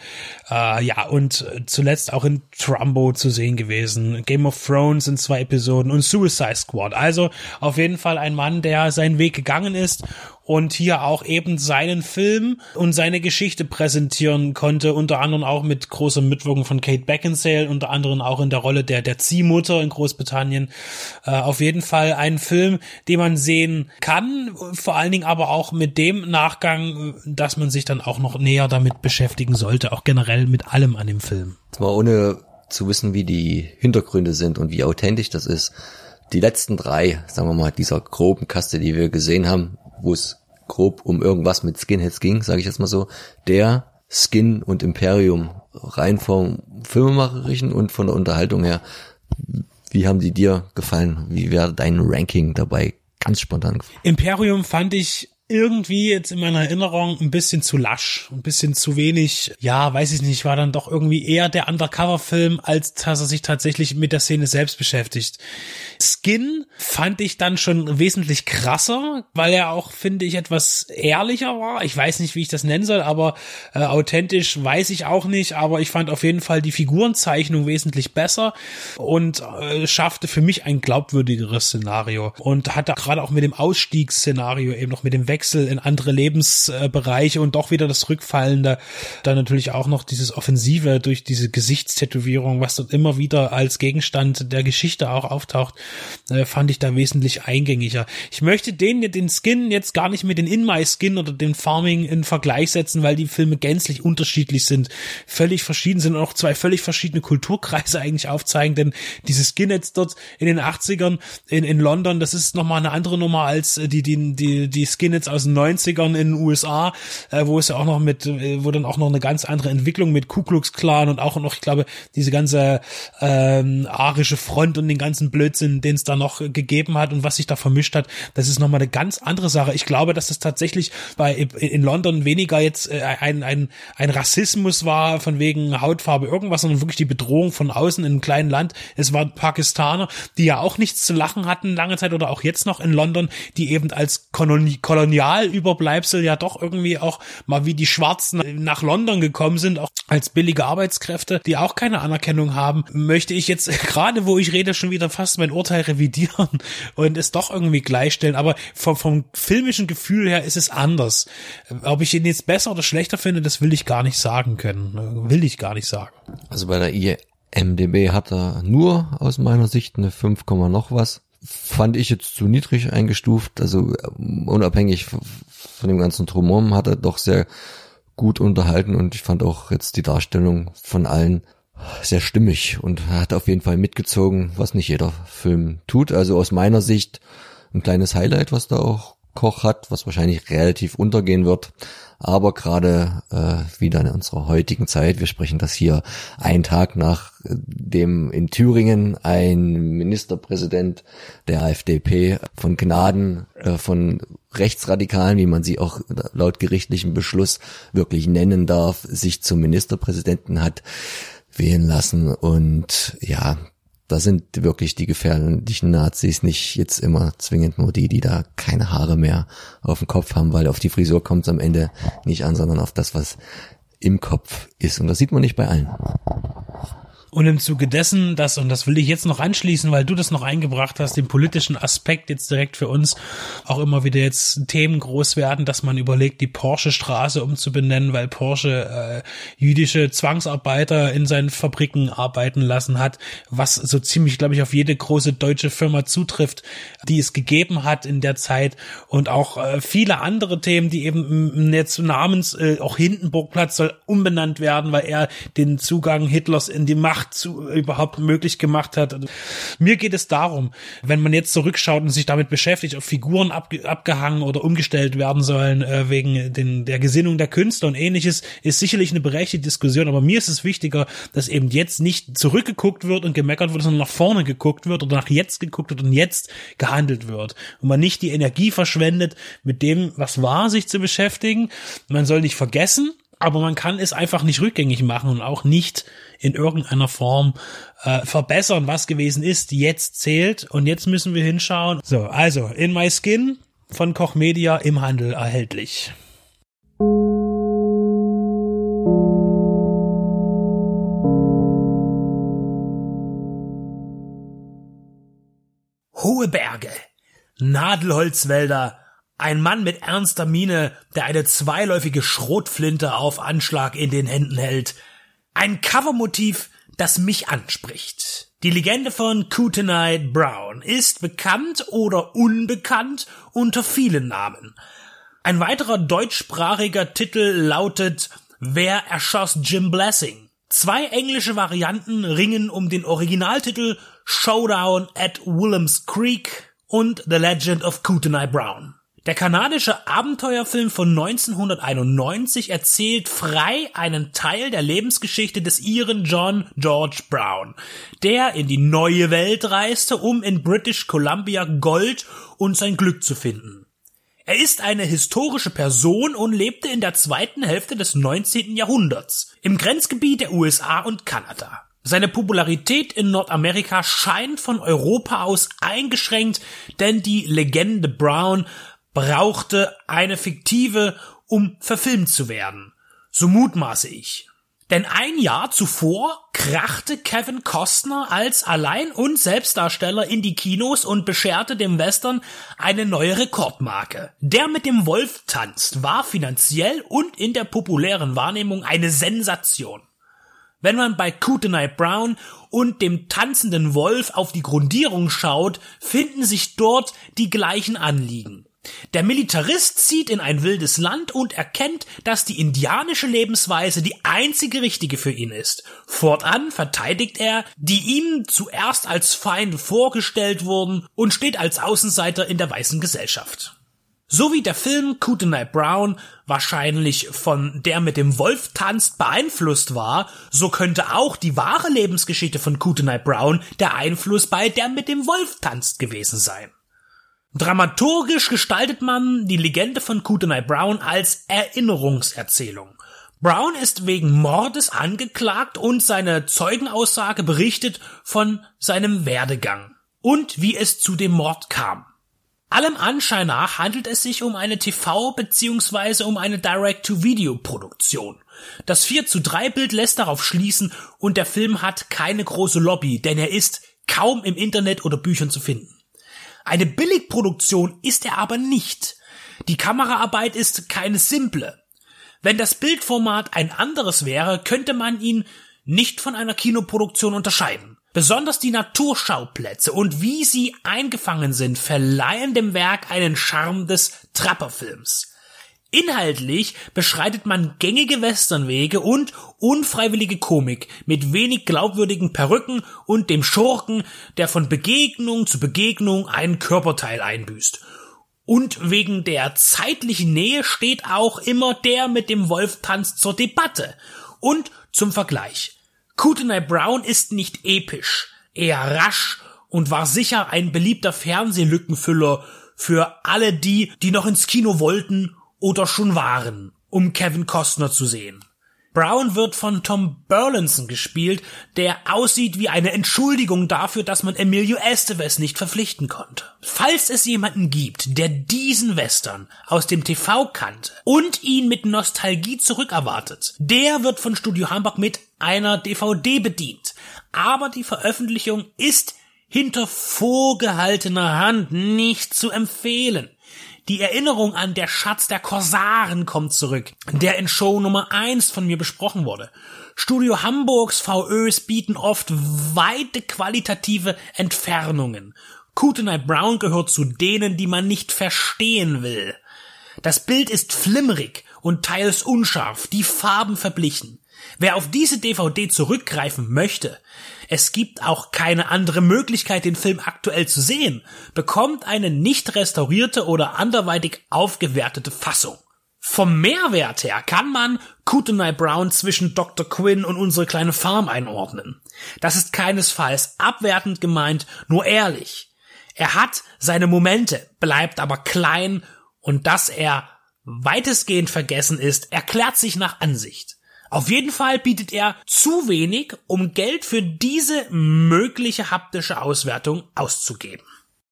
Ja, und zuletzt auch in Trumbo zu sehen gewesen. Game of Thrones in 2 Episoden und Suicide Squad. Also auf jeden Fall ein Mann, der seinen Weg gegangen ist und hier auch eben seinen Film und seine Geschichte präsentieren konnte, unter anderem auch mit großer Mitwirkung von Kate Beckinsale, unter anderem auch in der Rolle der Ziehmutter in Großbritannien. Auf jeden Fall ein Film, den man sehen kann, vor allen Dingen aber auch mit dem Nachgang, dass man sich dann auch noch näher damit beschäftigen sollte, auch generell mit allem an dem Film. Zwar ohne zu wissen, wie die Hintergründe sind und wie authentisch das ist, die letzten 3, sagen wir mal, dieser groben Kaste, die wir gesehen haben, wo es grob um irgendwas mit Skinheads ging, sage ich jetzt mal so, der Skin und Imperium, rein vom Filmemacherischen und von der Unterhaltung her, wie haben die dir gefallen? Wie wäre dein Ranking dabei? Ganz spontan. Imperium fand ich irgendwie jetzt in meiner Erinnerung ein bisschen zu lasch, ein bisschen zu wenig, ja, weiß ich nicht, war dann doch irgendwie eher der Undercover-Film, als dass er sich tatsächlich mit der Szene selbst beschäftigt. Skin fand ich dann schon wesentlich krasser, weil er auch, finde ich, etwas ehrlicher war. Ich weiß nicht, wie ich das nennen soll, aber authentisch weiß ich auch nicht, aber ich fand auf jeden Fall die Figurenzeichnung wesentlich besser und schaffte für mich ein glaubwürdigeres Szenario und hatte gerade auch mit dem Ausstiegsszenario eben noch mit dem Wechsel in andere Lebensbereiche und doch wieder das Rückfallende, dann natürlich auch noch dieses Offensive durch diese Gesichtstätowierung, was dort immer wieder als Gegenstand der Geschichte auch auftaucht, fand ich da wesentlich eingängiger. Ich möchte den Skin jetzt gar nicht mit den In My Skin oder dem Farming in Vergleich setzen, weil die Filme gänzlich unterschiedlich sind, völlig verschieden sind und auch 2 völlig verschiedene Kulturkreise eigentlich aufzeigen, denn diese Skinheads dort in den 80ern in London, das ist nochmal eine andere Nummer als die Skinheads aus den 90ern in den USA, wo es ja auch noch wo dann auch noch eine ganz andere Entwicklung mit Ku Klux Klan und auch noch, ich glaube, diese ganze arische Front und den ganzen Blödsinn, den es da noch gegeben hat und was sich da vermischt hat, das ist nochmal eine ganz andere Sache. Ich glaube, dass das tatsächlich in London weniger jetzt ein Rassismus war von wegen Hautfarbe irgendwas, sondern wirklich die Bedrohung von außen in einem kleinen Land. Es waren Pakistaner, die ja auch nichts zu lachen hatten lange Zeit oder auch jetzt noch in London, die eben als Kolonialüberbleibsel ja doch irgendwie auch mal wie die Schwarzen nach London gekommen sind, auch als billige Arbeitskräfte, die auch keine Anerkennung haben, möchte ich jetzt gerade, wo ich rede, schon wieder fast mein Urteil revidieren und es doch irgendwie gleichstellen, aber vom filmischen Gefühl her ist es anders. Ob ich ihn jetzt besser oder schlechter finde, das will ich gar nicht sagen können. Will ich gar nicht sagen. Also bei der IMDb hat er nur aus meiner Sicht eine 5, noch was. fand ich jetzt zu niedrig eingestuft. Also unabhängig von dem ganzen Drumherum hat er doch sehr gut unterhalten und ich fand auch jetzt die Darstellung von allen sehr stimmig und hat auf jeden Fall mitgezogen, was nicht jeder Film tut. Also aus meiner Sicht ein kleines Highlight, was da auch Koch hat, was wahrscheinlich relativ untergehen wird. Aber gerade wieder in unserer heutigen Zeit, wir sprechen das hier einen Tag nach dem in Thüringen ein Ministerpräsident der AfDP von Gnaden von Rechtsradikalen, wie man sie auch laut gerichtlichem Beschluss wirklich nennen darf, sich zum Ministerpräsidenten hat wählen lassen. Und ja, da sind wirklich die gefährlichen Nazis nicht jetzt immer zwingend nur die da keine Haare mehr auf dem Kopf haben, weil auf die Frisur kommt es am Ende nicht an, sondern auf das, was im Kopf ist. Und das sieht man nicht bei allen. Und im Zuge dessen, und das will ich jetzt noch anschließen, weil du das noch eingebracht hast, den politischen Aspekt jetzt direkt für uns auch immer wieder jetzt Themen groß werden, dass man überlegt, die Porsche-Straße umzubenennen, weil Porsche jüdische Zwangsarbeiter in seinen Fabriken arbeiten lassen hat, was so ziemlich, glaube ich, auf jede große deutsche Firma zutrifft, die es gegeben hat in der Zeit und auch viele andere Themen, die eben jetzt namens auch Hindenburgplatz soll umbenannt werden, weil er den Zugang Hitlers in die Macht überhaupt möglich gemacht hat. Also, mir geht es darum, wenn man jetzt zurückschaut und sich damit beschäftigt, ob Figuren abgehangen oder umgestellt werden sollen wegen der Gesinnung der Künstler und ähnliches, ist sicherlich eine berechtigte Diskussion, aber mir ist es wichtiger, dass eben jetzt nicht zurückgeguckt wird und gemeckert wird, sondern nach vorne geguckt wird oder nach jetzt geguckt wird und jetzt gehandelt wird. Und man nicht die Energie verschwendet, mit dem, was war, sich zu beschäftigen. Man soll nicht vergessen, aber man kann es einfach nicht rückgängig machen und auch nicht in irgendeiner Form verbessern, was gewesen ist. Jetzt zählt und jetzt müssen wir hinschauen. So, also In My Skin von Koch Media im Handel erhältlich. Hohe Berge, Nadelholzwälder, ein Mann mit ernster Miene, der eine zweiläufige Schrotflinte auf Anschlag in den Händen hält. Ein Covermotiv, das mich anspricht. Die Legende von Kootenai Brown ist bekannt oder unbekannt unter vielen Namen. Ein weiterer deutschsprachiger Titel lautet Wer erschoss Jim Blessing? 2 englische Varianten ringen um den Originaltitel Showdown at Williams Creek und The Legend of Kootenai Brown. Der kanadische Abenteuerfilm von 1991 erzählt frei einen Teil der Lebensgeschichte des Iren John George Brown, der in die neue Welt reiste, um in British Columbia Gold und sein Glück zu finden. Er ist eine historische Person und lebte in der zweiten Hälfte des 19. Jahrhunderts im Grenzgebiet der USA und Kanada. Seine Popularität in Nordamerika scheint von Europa aus eingeschränkt, denn die Legende Brown brauchte eine fiktive, um verfilmt zu werden. So mutmaße ich. Denn ein Jahr zuvor krachte Kevin Costner als Allein- und Selbstdarsteller in die Kinos und bescherte dem Western eine neue Rekordmarke. Der mit dem Wolf tanzt war finanziell und in der populären Wahrnehmung eine Sensation. Wenn man bei Kootenai Brown und dem tanzenden Wolf auf die Grundierung schaut, finden sich dort die gleichen Anliegen. Der Militarist zieht in ein wildes Land und erkennt, dass die indianische Lebensweise die einzige richtige für ihn ist. Fortan verteidigt er, die ihm zuerst als Feinde vorgestellt wurden und steht als Außenseiter in der weißen Gesellschaft. So wie der Film Kootenai Brown wahrscheinlich von Der mit dem Wolf tanzt beeinflusst war, so könnte auch die wahre Lebensgeschichte von Kootenai Brown der Einfluss bei Der mit dem Wolf tanzt gewesen sein. Dramaturgisch gestaltet man die Legende von Kootenai Brown als Erinnerungserzählung. Brown ist wegen Mordes angeklagt und seine Zeugenaussage berichtet von seinem Werdegang und wie es zu dem Mord kam. Allem Anschein nach handelt es sich um eine TV- bzw. um eine Direct-to-Video-Produktion. Das 4:3-Bild lässt darauf schließen und der Film hat keine große Lobby, denn er ist kaum im Internet oder Büchern zu finden. Eine Billigproduktion ist er aber nicht. Die Kameraarbeit ist keine simple. Wenn das Bildformat ein anderes wäre, könnte man ihn nicht von einer Kinoproduktion unterscheiden. Besonders die Naturschauplätze und wie sie eingefangen sind, verleihen dem Werk einen Charme des Trapperfilms. Inhaltlich beschreitet man gängige Westernwege und unfreiwillige Komik mit wenig glaubwürdigen Perücken und dem Schurken, der von Begegnung zu Begegnung einen Körperteil einbüßt. Und wegen der zeitlichen Nähe steht auch immer der mit dem Wolf-Tanz zur Debatte. Und zum Vergleich. Kootenai Brown ist nicht episch, eher rasch und war sicher ein beliebter Fernsehlückenfüller für alle die noch ins Kino wollten oder schon waren, um Kevin Costner zu sehen. Brown wird von Tom Burlinson gespielt, der aussieht wie eine Entschuldigung dafür, dass man Emilio Estevez nicht verpflichten konnte. Falls es jemanden gibt, der diesen Western aus dem TV kannte und ihn mit Nostalgie zurückerwartet, der wird von Studio Hamburg mit einer DVD bedient. Aber die Veröffentlichung ist hinter vorgehaltener Hand nicht zu empfehlen. Die Erinnerung an Der Schatz der Korsaren kommt zurück, der in Show Nummer 1 von mir besprochen wurde. Studio Hamburgs VÖs bieten oft weite qualitative Entfernungen. Kootenai Brown gehört zu denen, die man nicht verstehen will. Das Bild ist flimmerig und teils unscharf, die Farben verblichen. Wer auf diese DVD zurückgreifen möchte, es gibt auch keine andere Möglichkeit, den Film aktuell zu sehen, bekommt eine nicht restaurierte oder anderweitig aufgewertete Fassung. Vom Mehrwert her kann man Kootenai Brown zwischen Dr. Quinn und Unsere kleine Farm einordnen. Das ist keinesfalls abwertend gemeint, nur ehrlich. Er hat seine Momente, bleibt aber klein und dass er weitestgehend vergessen ist, erklärt sich nach Ansicht. Auf jeden Fall bietet er zu wenig, um Geld für diese mögliche haptische Auswertung auszugeben.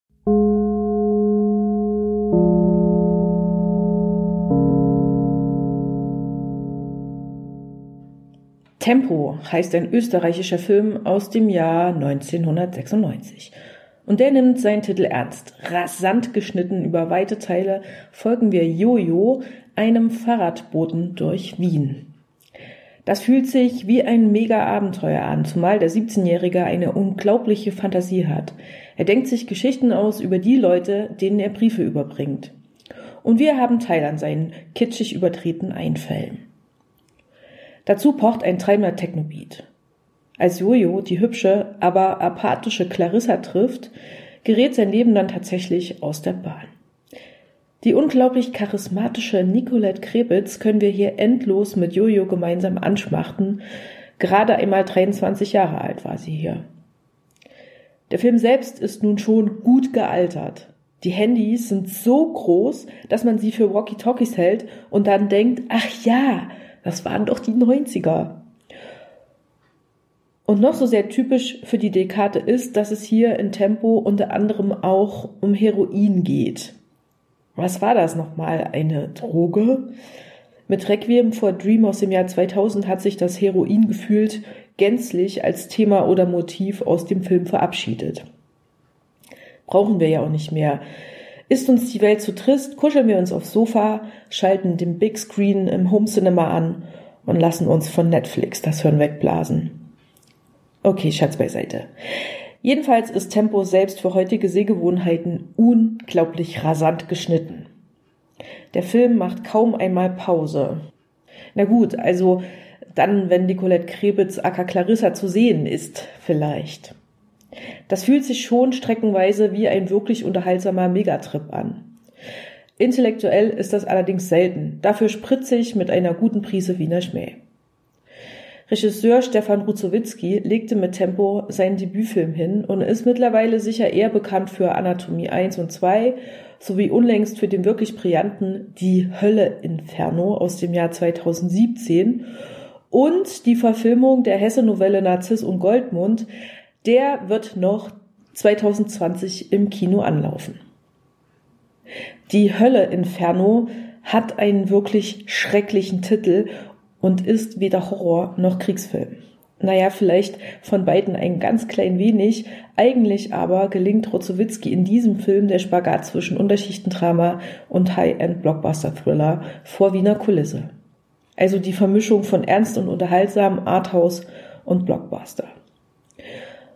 Tempo heißt ein österreichischer Film aus dem Jahr 1996. Und der nimmt seinen Titel ernst. Rasant geschnitten über weite Teile folgen wir Jojo, einem Fahrradboten durch Wien. Das fühlt sich wie ein Mega-Abenteuer an, zumal der 17-Jährige eine unglaubliche Fantasie hat. Er denkt sich Geschichten aus über die Leute, denen er Briefe überbringt. Und wir haben Teil an seinen kitschig überdrehten Einfällen. Dazu pocht ein treibender Technobeat. Als Jojo die hübsche, aber apathische Clarissa trifft, gerät sein Leben dann tatsächlich aus der Bahn. Die unglaublich charismatische Nicolette Krebitz können wir hier endlos mit Jojo gemeinsam anschmachten. Gerade einmal 23 Jahre alt war sie hier. Der Film selbst ist nun schon gut gealtert. Die Handys sind so groß, dass man sie für Walkie-Talkies hält und dann denkt, ach ja, das waren doch die 90er. Und noch so sehr typisch für die Dekade ist, dass es hier in Tempo unter anderem auch um Heroin geht. Was war das nochmal? Eine Droge? Mit Requiem for a Dream aus dem Jahr 2000 hat sich das Heroin gefühlt gänzlich als Thema oder Motiv aus dem Film verabschiedet. Brauchen wir ja auch nicht mehr. Ist uns die Welt zu trist, kuscheln wir uns aufs Sofa, schalten den Big Screen im Home Cinema an und lassen uns von Netflix das Hirn wegblasen. Okay, Schatz beiseite. Jedenfalls ist Tempo selbst für heutige Sehgewohnheiten unglaublich rasant geschnitten. Der Film macht kaum einmal Pause. Na gut, also dann, wenn Nicolette Krebitz aka Clarissa zu sehen ist, vielleicht. Das fühlt sich schon streckenweise wie ein wirklich unterhaltsamer Megatrip an. Intellektuell ist das allerdings selten, dafür spritzig mit einer guten Prise Wiener Schmäh. Regisseur Stefan Ruzowitzki legte mit Tempo seinen Debütfilm hin und ist mittlerweile sicher eher bekannt für Anatomie 1 und 2 sowie unlängst für den wirklich brillanten Die Hölle Inferno aus dem Jahr 2017 und die Verfilmung der Hesse-Novelle Narziss und Goldmund. Der wird noch 2020 im Kino anlaufen. Die Hölle Inferno hat einen wirklich schrecklichen Titel und ist weder Horror noch Kriegsfilm. Naja, vielleicht von beiden ein ganz klein wenig. Eigentlich aber gelingt Ruzowitzki in diesem Film der Spagat zwischen Unterschichtendrama und High-End-Blockbuster-Thriller vor Wiener Kulisse. Also die Vermischung von ernst und unterhaltsam, Arthouse und Blockbuster.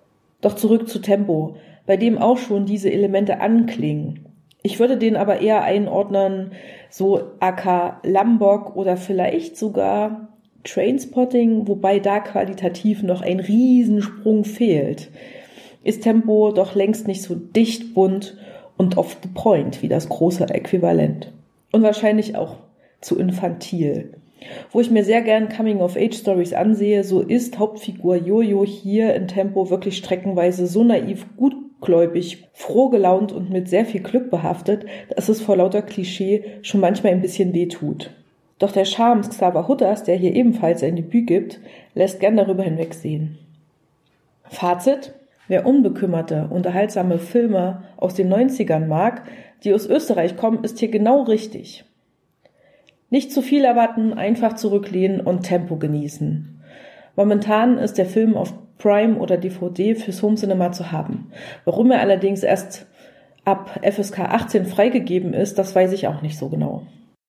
Doch zurück zu Tempo, bei dem auch schon diese Elemente anklingen. Ich würde den aber eher einordnen, so aka Lambok oder vielleicht sogar Trainspotting, wobei da qualitativ noch ein Riesensprung fehlt. Ist Tempo doch längst nicht so dicht, bunt und off the point wie das große Äquivalent. Und wahrscheinlich auch zu infantil. Wo ich mir sehr gern Coming-of-Age-Stories ansehe, so ist Hauptfigur Jojo hier in Tempo wirklich streckenweise so naiv, gutgläubig, frohgelaunt und mit sehr viel Glück behaftet, dass es vor lauter Klischee schon manchmal ein bisschen wehtut. Doch der Charme Xaver Hutters, der hier ebenfalls sein Debüt gibt, lässt gern darüber hinwegsehen. Fazit: Wer unbekümmerte, unterhaltsame Filme aus den 90ern mag, die aus Österreich kommen, ist hier genau richtig. Nicht zu viel erwarten, einfach zurücklehnen und Tempo genießen. Momentan ist der Film auf Prime oder DVD fürs Home Cinema zu haben. Warum er allerdings erst ab FSK 18 freigegeben ist, das weiß ich auch nicht so genau.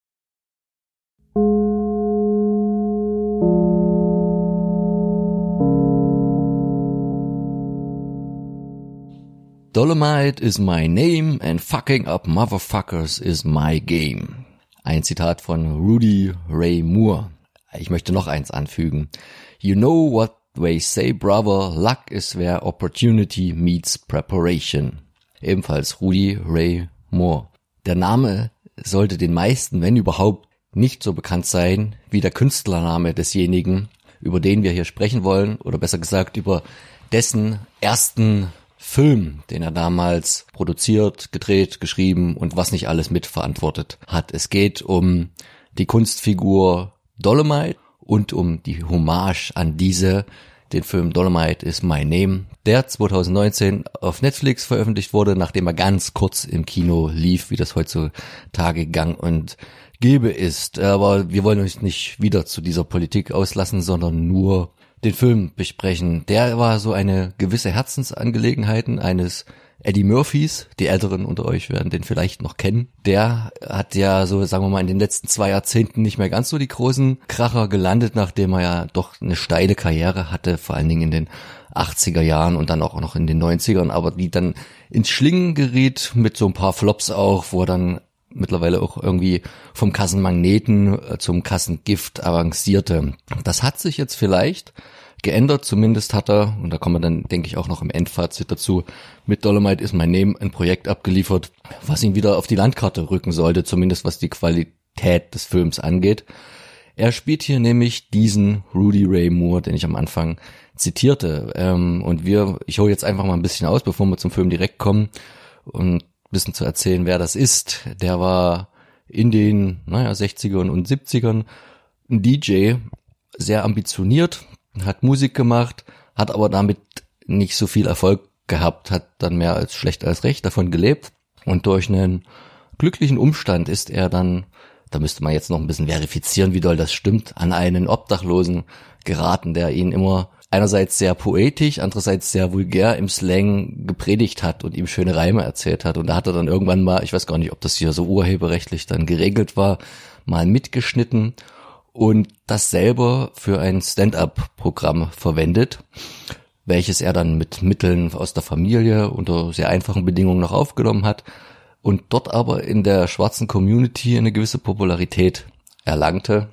Dolomite is my name and fucking up motherfuckers is my game. Ein Zitat von Rudy Ray Moore. Ich möchte noch eins anfügen. You know what they say, brother, luck is where opportunity meets preparation. Ebenfalls Rudy Ray Moore. Der Name sollte den meisten, wenn überhaupt, nicht so bekannt sein wie der Künstlername desjenigen, über den wir hier sprechen wollen, oder besser gesagt über dessen ersten Film, den er damals produziert, gedreht, geschrieben und was nicht alles mitverantwortet hat. Es geht um die Kunstfigur Dolomite und um die Hommage an diese, den Film Dolomite is my name, der 2019 auf Netflix veröffentlicht wurde, nachdem er ganz kurz im Kino lief, wie das heutzutage gang und gäbe ist. Aber wir wollen uns nicht wieder zu dieser Politik auslassen, sondern nur den Film besprechen. Der war so eine gewisse Herzensangelegenheit eines Eddie Murphys. Die Älteren unter euch werden den vielleicht noch kennen. Der hat ja so, sagen wir mal, in den letzten 2 Jahrzehnten nicht mehr ganz so die großen Kracher gelandet, nachdem er ja doch eine steile Karriere hatte, vor allen Dingen in den 80er Jahren und dann auch noch in den 90ern, aber die dann ins Schlingen geriet mit so ein paar Flops auch, wo er dann mittlerweile auch irgendwie vom Kassenmagneten zum Kassengift avancierte. Das hat sich jetzt vielleicht geändert, zumindest hat er, und da kommen wir dann, denke ich, auch noch im Endfazit dazu, mit Dolomite is my name ein Projekt abgeliefert, was ihn wieder auf die Landkarte rücken sollte, zumindest was die Qualität des Films angeht. Er spielt hier nämlich diesen Rudy Ray Moore, den ich am Anfang zitierte. Und ich hole jetzt einfach mal ein bisschen aus, bevor wir zum Film direkt kommen, und ein bisschen zu erzählen, wer das ist. Der war in den 60ern und 70ern ein DJ, sehr ambitioniert, hat Musik gemacht, hat aber damit nicht so viel Erfolg gehabt, hat dann mehr als schlecht als recht davon gelebt, und durch einen glücklichen Umstand ist er dann, da müsste man jetzt noch ein bisschen verifizieren, wie doll das stimmt, an einen Obdachlosen geraten, der ihn immer einerseits sehr poetisch, andererseits sehr vulgär im Slang gepredigt hat und ihm schöne Reime erzählt hat. Und da hat er dann irgendwann mal, ich weiß gar nicht, ob das hier so urheberrechtlich dann geregelt war, mal mitgeschnitten und das selber für ein Stand-up-Programm verwendet, welches er dann mit Mitteln aus der Familie unter sehr einfachen Bedingungen noch aufgenommen hat und dort aber in der schwarzen Community eine gewisse Popularität erlangte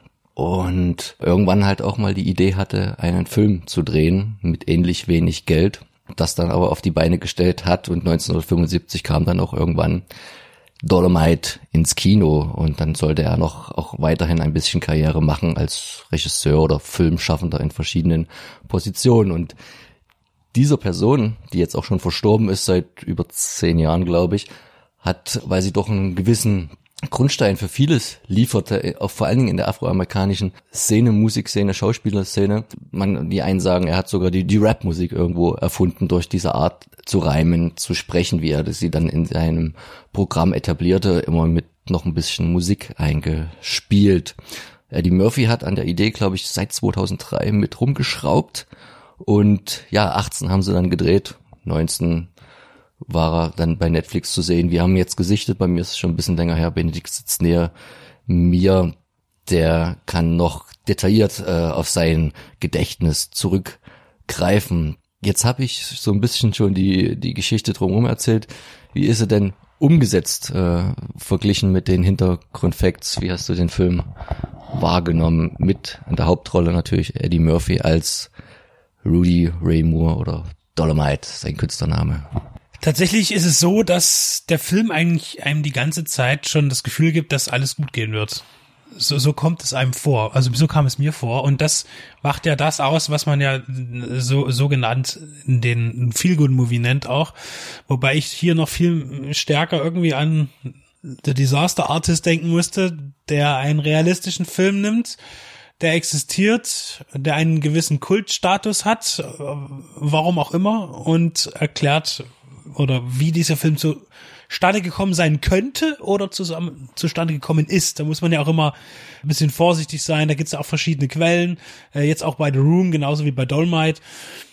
und irgendwann halt auch mal die Idee hatte, einen Film zu drehen mit ähnlich wenig Geld, das dann aber auf die Beine gestellt hat, und 1975 kam dann auch irgendwann Dolomite ins Kino, und dann sollte er noch auch weiterhin ein bisschen Karriere machen als Regisseur oder Filmschaffender in verschiedenen Positionen. Und dieser Person, die jetzt auch schon verstorben ist seit über 10 Jahren, glaube ich, hat, weil sie doch einen gewissen Grundstein für vieles lieferte, auch vor allen Dingen in der afroamerikanischen Szene, Musikszene, Schauspielerszene. Die einen sagen, er hat sogar die Rap-Musik irgendwo erfunden durch diese Art zu reimen, zu sprechen, wie er sie dann in seinem Programm etablierte, immer mit noch ein bisschen Musik eingespielt. Eddie Murphy hat an der Idee, glaube ich, seit 2003 mit rumgeschraubt, und ja, 18 haben sie dann gedreht, 19 war er dann bei Netflix zu sehen. Wir haben jetzt gesichtet, bei mir ist es schon ein bisschen länger her, Benedikt sitzt näher mir, der kann noch detailliert auf sein Gedächtnis zurückgreifen. Jetzt habe ich so ein bisschen schon die Geschichte drumherum erzählt. Wie ist er denn umgesetzt, verglichen mit den Hintergrundfacts? Wie hast du den Film wahrgenommen? Mit in der Hauptrolle natürlich Eddie Murphy als Rudy Ray Moore oder Dolomite, sein Künstlername. Tatsächlich ist es so, dass der Film eigentlich einem die ganze Zeit schon das Gefühl gibt, dass alles gut gehen wird. So kommt es einem vor. Also so kam es mir vor. Und das macht ja das aus, was man ja so genannt den Feel-Good-Movie nennt auch. Wobei ich hier noch viel stärker irgendwie an The Disaster Artist denken musste, der einen realistischen Film nimmt, der existiert, der einen gewissen Kultstatus hat, warum auch immer, und erklärt, oder wie dieser Film zustande gekommen sein könnte oder zustande gekommen ist. Da muss man ja auch immer ein bisschen vorsichtig sein. Da gibt's ja auch verschiedene Quellen, jetzt auch bei The Room, genauso wie bei Dolomite.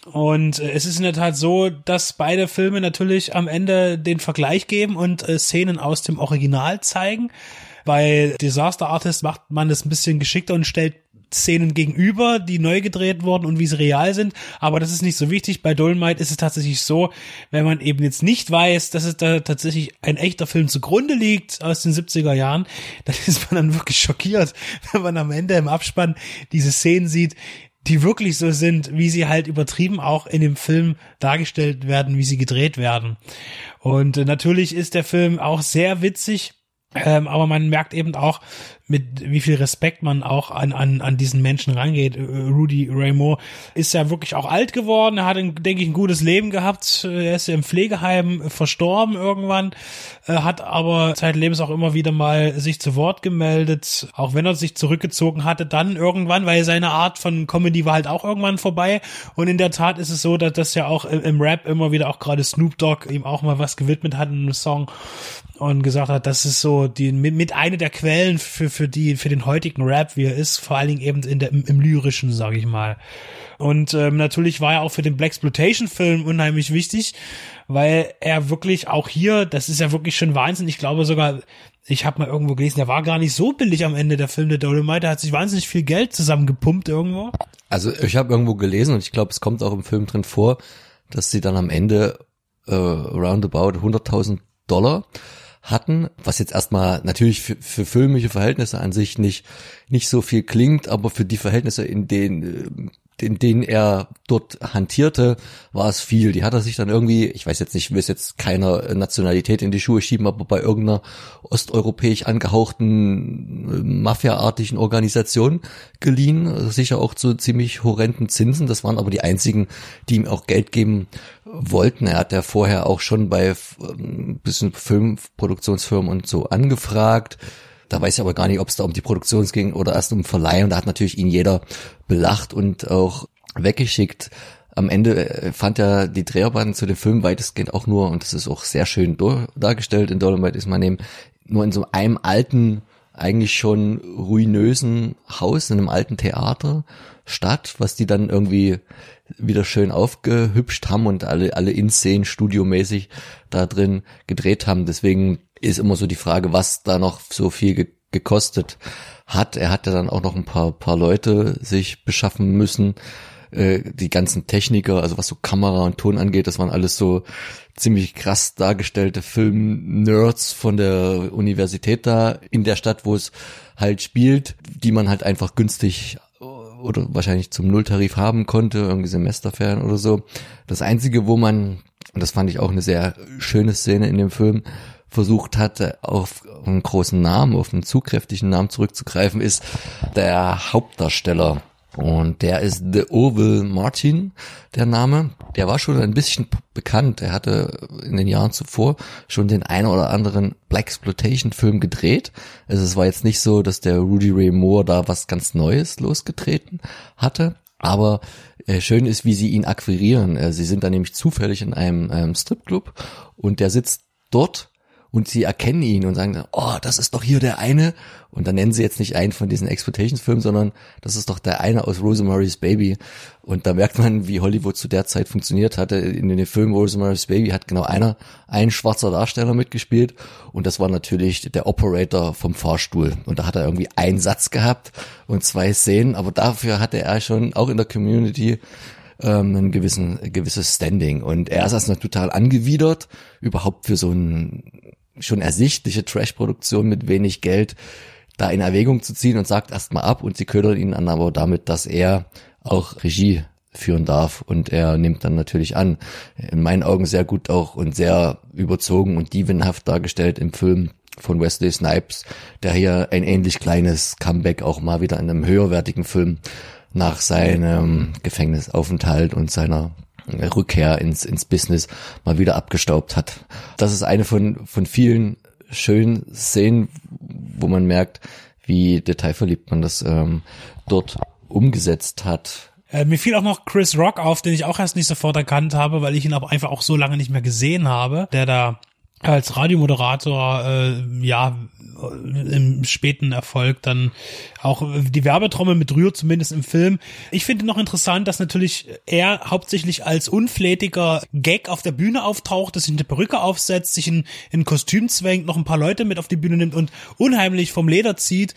Und es ist in der Tat so, dass beide Filme natürlich am Ende den Vergleich geben und Szenen aus dem Original zeigen. Bei Disaster Artist macht man das ein bisschen geschickter und stellt Szenen gegenüber, die neu gedreht wurden und wie sie real sind, aber das ist nicht so wichtig. Bei Dolomite ist es tatsächlich so, wenn man eben jetzt nicht weiß, dass es da tatsächlich ein echter Film zugrunde liegt aus den 70er Jahren, dann ist man dann wirklich schockiert, wenn man am Ende im Abspann diese Szenen sieht, die wirklich so sind, wie sie halt übertrieben auch in dem Film dargestellt werden, wie sie gedreht werden. Und natürlich ist der Film auch sehr witzig, aber man merkt eben auch, mit wie viel Respekt man auch an diesen Menschen rangeht. Rudy Ray Moore ist ja wirklich auch alt geworden. Er hat, denke ich, ein gutes Leben gehabt. Er ist ja im Pflegeheim verstorben irgendwann, hat aber zeitlebens auch immer wieder mal sich zu Wort gemeldet, auch wenn er sich zurückgezogen hatte, dann irgendwann, weil seine Art von Comedy war halt auch irgendwann vorbei. Und in der Tat ist es so, dass das ja auch im Rap immer wieder auch gerade Snoop Dogg ihm auch mal was gewidmet hat in einem Song und gesagt hat, das ist so die mit eine der Quellen für den heutigen Rap, wie er ist, vor allen Dingen eben im Lyrischen, sage ich mal. Und natürlich war er auch für den Blaxploitation-Film unheimlich wichtig, weil er wirklich auch hier, das ist ja wirklich schon Wahnsinn, ich glaube sogar, ich habe mal irgendwo gelesen, der war gar nicht so billig am Ende, der Film, der Dolomite, der hat sich wahnsinnig viel Geld zusammengepumpt irgendwo. Also ich habe irgendwo gelesen und ich glaube, es kommt auch im Film drin vor, dass sie dann am Ende roundabout $100.000 hatten, was jetzt erstmal natürlich für filmische Verhältnisse an sich nicht so viel klingt, aber für die Verhältnisse, in denen er dort hantierte, war es viel. Die hat er sich dann irgendwie, ich weiß jetzt nicht, ich will jetzt keiner Nationalität in die Schuhe schieben, aber bei irgendeiner osteuropäisch angehauchten Mafia-artigen Organisation geliehen, sicher auch zu ziemlich horrenden Zinsen. Das waren aber die einzigen, die ihm auch Geld geben wollten. Er hat ja vorher auch schon bei ein bisschen Filmproduktionsfirmen und so angefragt. Da weiß ich aber gar nicht, ob es da um die Produktion ging oder erst um Verleih. Und da hat natürlich ihn jeder belacht und auch weggeschickt. Am Ende fand ja die Dreharbeiten zu dem Film weitestgehend auch nur, und das ist auch sehr schön dargestellt in Dolomite, ist man eben nur in so einem alten, eigentlich schon ruinösen Haus, in einem alten Theater statt, was die dann irgendwie wieder schön aufgehübscht haben und alle In-Szenen studiomäßig da drin gedreht haben. Deswegen ist immer so die Frage, was da noch so viel gekostet hat. Er hat ja dann auch noch ein paar Leute sich beschaffen müssen. Die ganzen Techniker, also was so Kamera und Ton angeht, das waren alles so ziemlich krass dargestellte Film-Nerds von der Universität da in der Stadt, wo es halt spielt, die man halt einfach günstig oder wahrscheinlich zum Nulltarif haben konnte, irgendwie Semesterferien oder so. Das Einzige, wo man, und das fand ich auch eine sehr schöne Szene in dem Film, versucht hatte, auf einen großen Namen, auf einen zugkräftigen Namen zurückzugreifen, ist der Hauptdarsteller. Und der ist The Orville Martin, der Name. Der war schon ein bisschen bekannt. Er hatte in den Jahren zuvor schon den einen oder anderen Blaxploitation-Film gedreht. Also es war jetzt nicht so, dass der Rudy Ray Moore da was ganz Neues losgetreten hatte. Aber schön ist, wie sie ihn akquirieren. Sie sind da nämlich zufällig in einem Stripclub und der sitzt dort. Und sie erkennen ihn und sagen dann, oh, das ist doch hier der eine. Und dann nennen sie jetzt nicht einen von diesen Exploitation-Filmen, sondern das ist doch der eine aus Rosemary's Baby. Und da merkt man, wie Hollywood zu der Zeit funktioniert hatte. In dem Film Rosemary's Baby hat genau ein schwarzer Darsteller mitgespielt. Und das war natürlich der Operator vom Fahrstuhl. Und da hat er irgendwie einen Satz gehabt und 2 Szenen. Aber dafür hatte er schon auch in der Community ein gewisses Standing. Und er ist erstmal total angewidert, überhaupt für so ein schon ersichtliche Trash-Produktion mit wenig Geld da in Erwägung zu ziehen, und sagt erstmal ab, und sie ködern ihn an, aber damit, dass er auch Regie führen darf, und er nimmt dann natürlich an. In meinen Augen sehr gut auch und sehr überzogen und dievenhaft dargestellt im Film von Wesley Snipes, der hier ein ähnlich kleines Comeback auch mal wieder in einem höherwertigen Film nach seinem Gefängnisaufenthalt und seiner Rückkehr ins Business mal wieder abgestaubt hat. Das ist eine von vielen schönen Szenen, wo man merkt, wie detailverliebt man das dort umgesetzt hat. Mir fiel auch noch Chris Rock auf, den ich auch erst nicht sofort erkannt habe, weil ich ihn aber einfach auch so lange nicht mehr gesehen habe, der da als Radiomoderator im späten Erfolg dann auch die Werbetrommel mit rührt, zumindest im Film. Ich finde noch interessant, dass natürlich er hauptsächlich als unflätiger Gag auf der Bühne auftaucht, dass sich eine Perücke aufsetzt, sich in ein Kostüm zwängt, noch ein paar Leute mit auf die Bühne nimmt und unheimlich vom Leder zieht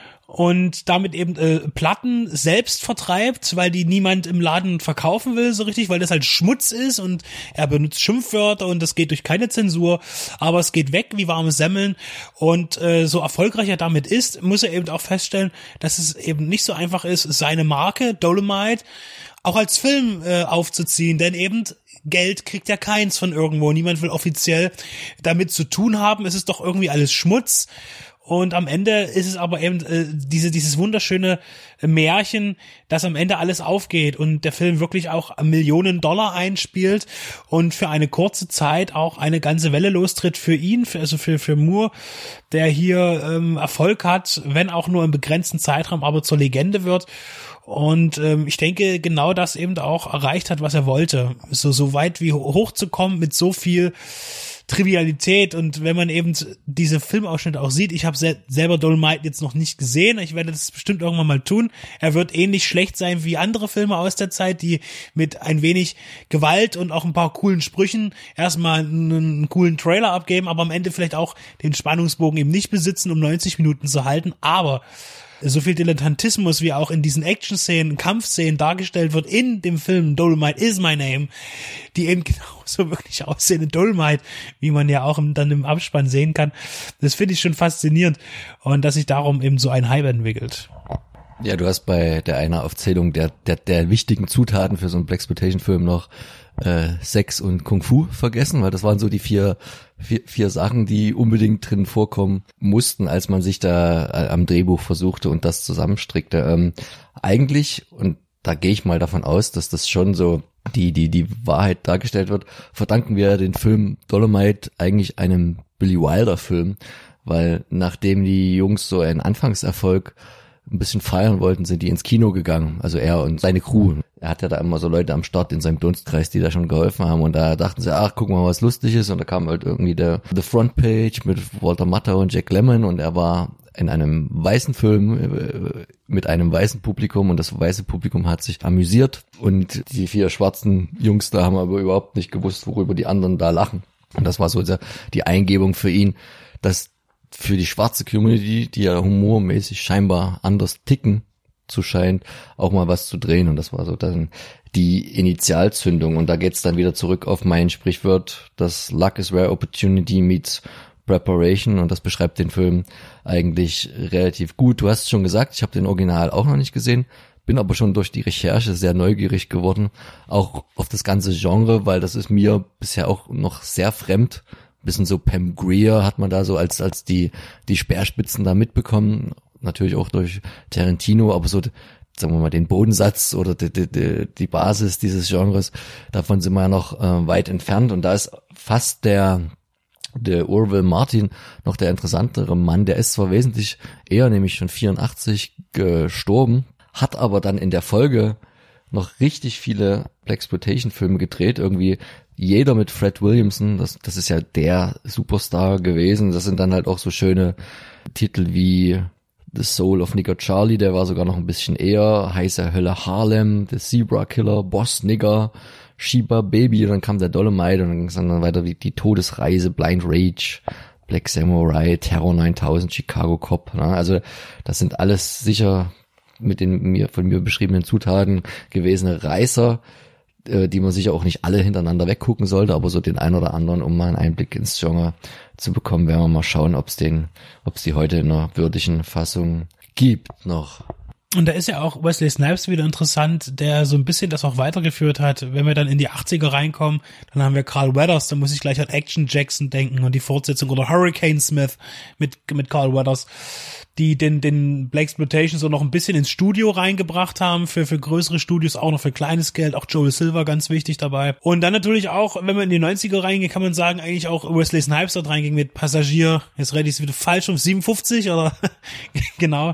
und damit eben Platten selbst vertreibt, weil die niemand im Laden verkaufen will so richtig, weil das halt Schmutz ist, und er benutzt Schimpfwörter und das geht durch keine Zensur, aber es geht weg wie warme Semmeln, und so erfolgreich er damit ist, muss er eben auch feststellen, dass es eben nicht so einfach ist, seine Marke Dolomite auch als Film aufzuziehen, denn eben Geld kriegt ja keins von irgendwo, niemand will offiziell damit zu tun haben, es ist doch irgendwie alles Schmutz. Und am Ende ist es aber eben dieses wunderschöne Märchen, dass am Ende alles aufgeht und der Film wirklich auch Millionen Dollar einspielt und für eine kurze Zeit auch eine ganze Welle lostritt für ihn, für Moore, der hier Erfolg hat, wenn auch nur im begrenzten Zeitraum, aber zur Legende wird. Und ich denke, genau das eben auch erreicht hat, was er wollte. So weit wie hochzukommen mit so viel Trivialität, und wenn man eben diese Filmausschnitte auch sieht, ich habe selber Dolomite jetzt noch nicht gesehen, ich werde das bestimmt irgendwann mal tun, er wird ähnlich schlecht sein wie andere Filme aus der Zeit, die mit ein wenig Gewalt und auch ein paar coolen Sprüchen erstmal einen coolen Trailer abgeben, aber am Ende vielleicht auch den Spannungsbogen eben nicht besitzen, um 90 Minuten zu halten, aber so viel Dilettantismus, wie auch in diesen Action-Szenen, Kampfszenen dargestellt wird in dem Film Dolomite is my name, die eben genauso wirklich aussehen in Dolomite, wie man ja auch dann im Abspann sehen kann. Das finde ich schon faszinierend, und dass sich darum eben so ein Hype entwickelt. Ja, du hast bei der einer Aufzählung der wichtigen Zutaten für so einen Blaxploitation-Film noch Sex und Kung Fu vergessen, weil das waren so die vier Sachen, die unbedingt drin vorkommen mussten, als man sich da am Drehbuch versuchte und das zusammenstrickte. Eigentlich, und da gehe ich mal davon aus, dass das schon so die Wahrheit dargestellt wird, verdanken wir den Film Dolomite eigentlich einem Billy Wilder Film, weil nachdem die Jungs so einen Anfangserfolg ein bisschen feiern wollten, sind die ins Kino gegangen, also er und seine Crew. Er hat ja da immer so Leute am Start in seinem Dunstkreis, die da schon geholfen haben, und da dachten sie, ach, gucken wir mal, was lustig ist, und da kam halt irgendwie The Front Page mit Walter Matthau und Jack Lemmon, und er war in einem weißen Film mit einem weißen Publikum, und das weiße Publikum hat sich amüsiert, und die 4 schwarzen Jungs da haben aber überhaupt nicht gewusst, worüber die anderen da lachen. Und das war so die Eingebung für ihn, dass für die schwarze Community, die ja humormäßig scheinbar anders ticken zu scheint, auch mal was zu drehen. Und das war so dann die Initialzündung. Und da geht's dann wieder zurück auf mein Sprichwort, dass Luck is where opportunity meets preparation. Und das beschreibt den Film eigentlich relativ gut. Du hast es schon gesagt, ich habe den Original auch noch nicht gesehen, bin aber schon durch die Recherche sehr neugierig geworden, auch auf das ganze Genre, weil das ist mir bisher auch noch sehr fremd. Bisschen so Pam Grier hat man da so als die Speerspitzen da mitbekommen, natürlich auch durch Tarantino, aber so, sagen wir mal, den Bodensatz oder die Basis dieses Genres, davon sind wir ja noch weit entfernt, und da ist fast der Orville Martin noch der interessantere Mann, der ist zwar wesentlich eher, nämlich schon 84 gestorben, hat aber dann in der Folge noch richtig viele Blaxploitation-Filme gedreht, irgendwie jeder mit Fred Williamson, das ist ja der Superstar gewesen. Das sind dann halt auch so schöne Titel wie The Soul of Nigger Charlie, der war sogar noch ein bisschen eher, Heiße Hölle Harlem, The Zebra Killer, Boss Nigger, Sheba Baby, und dann kam der Dolomite, und dann ging es dann weiter wie die Todesreise, Blind Rage, Black Samurai, Terror 9000, Chicago Cop. Ne? Also das sind alles sicher mit den von mir beschriebenen Zutaten gewesene Reißer. die man sicher auch nicht alle hintereinander weggucken sollte, aber so den einen oder anderen, um mal einen Einblick ins Genre zu bekommen, werden wir mal schauen, ob es die heute in einer würdigen Fassung gibt noch. Und da ist ja auch Wesley Snipes wieder interessant, der so ein bisschen das auch weitergeführt hat. Wenn wir dann in die 80er reinkommen, dann haben wir Carl Weathers, da muss ich gleich an Action Jackson denken und die Fortsetzung, oder Hurricane Smith mit Carl Weathers, die den Blaxploitation so noch ein bisschen ins Studio reingebracht haben, für größere Studios, auch noch für kleines Geld, auch Joel Silver ganz wichtig dabei. Und dann natürlich auch, wenn man in die 90er reingeht, kann man sagen, eigentlich auch Wesley Snipes dort reinging mit Passagier, jetzt rede ich es wieder falsch, um 57 oder genau.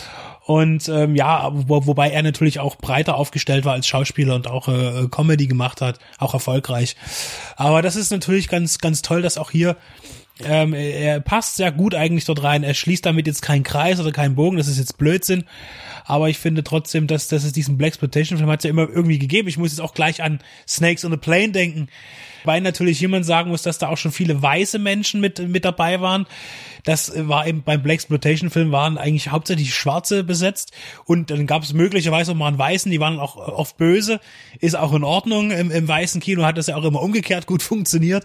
Und wobei er natürlich auch breiter aufgestellt war als Schauspieler und auch Comedy gemacht hat, auch erfolgreich. Aber das ist natürlich ganz, ganz toll, dass auch hier er passt sehr gut eigentlich dort rein. Er schließt damit jetzt keinen Kreis oder keinen Bogen, das ist jetzt Blödsinn. Aber ich finde trotzdem, dass es diesen Blaxploitation-Film hat es ja immer irgendwie gegeben. Ich muss jetzt auch gleich an Snakes on a Plane denken, weil natürlich jemand sagen muss, dass da auch schon viele weiße Menschen mit dabei waren. Das war eben beim Blaxploitation-Film, waren eigentlich hauptsächlich Schwarze besetzt und dann gab es möglicherweise auch mal einen Weißen, die waren auch oft böse, ist auch in Ordnung. Im weißen Kino hat das ja auch immer umgekehrt gut funktioniert,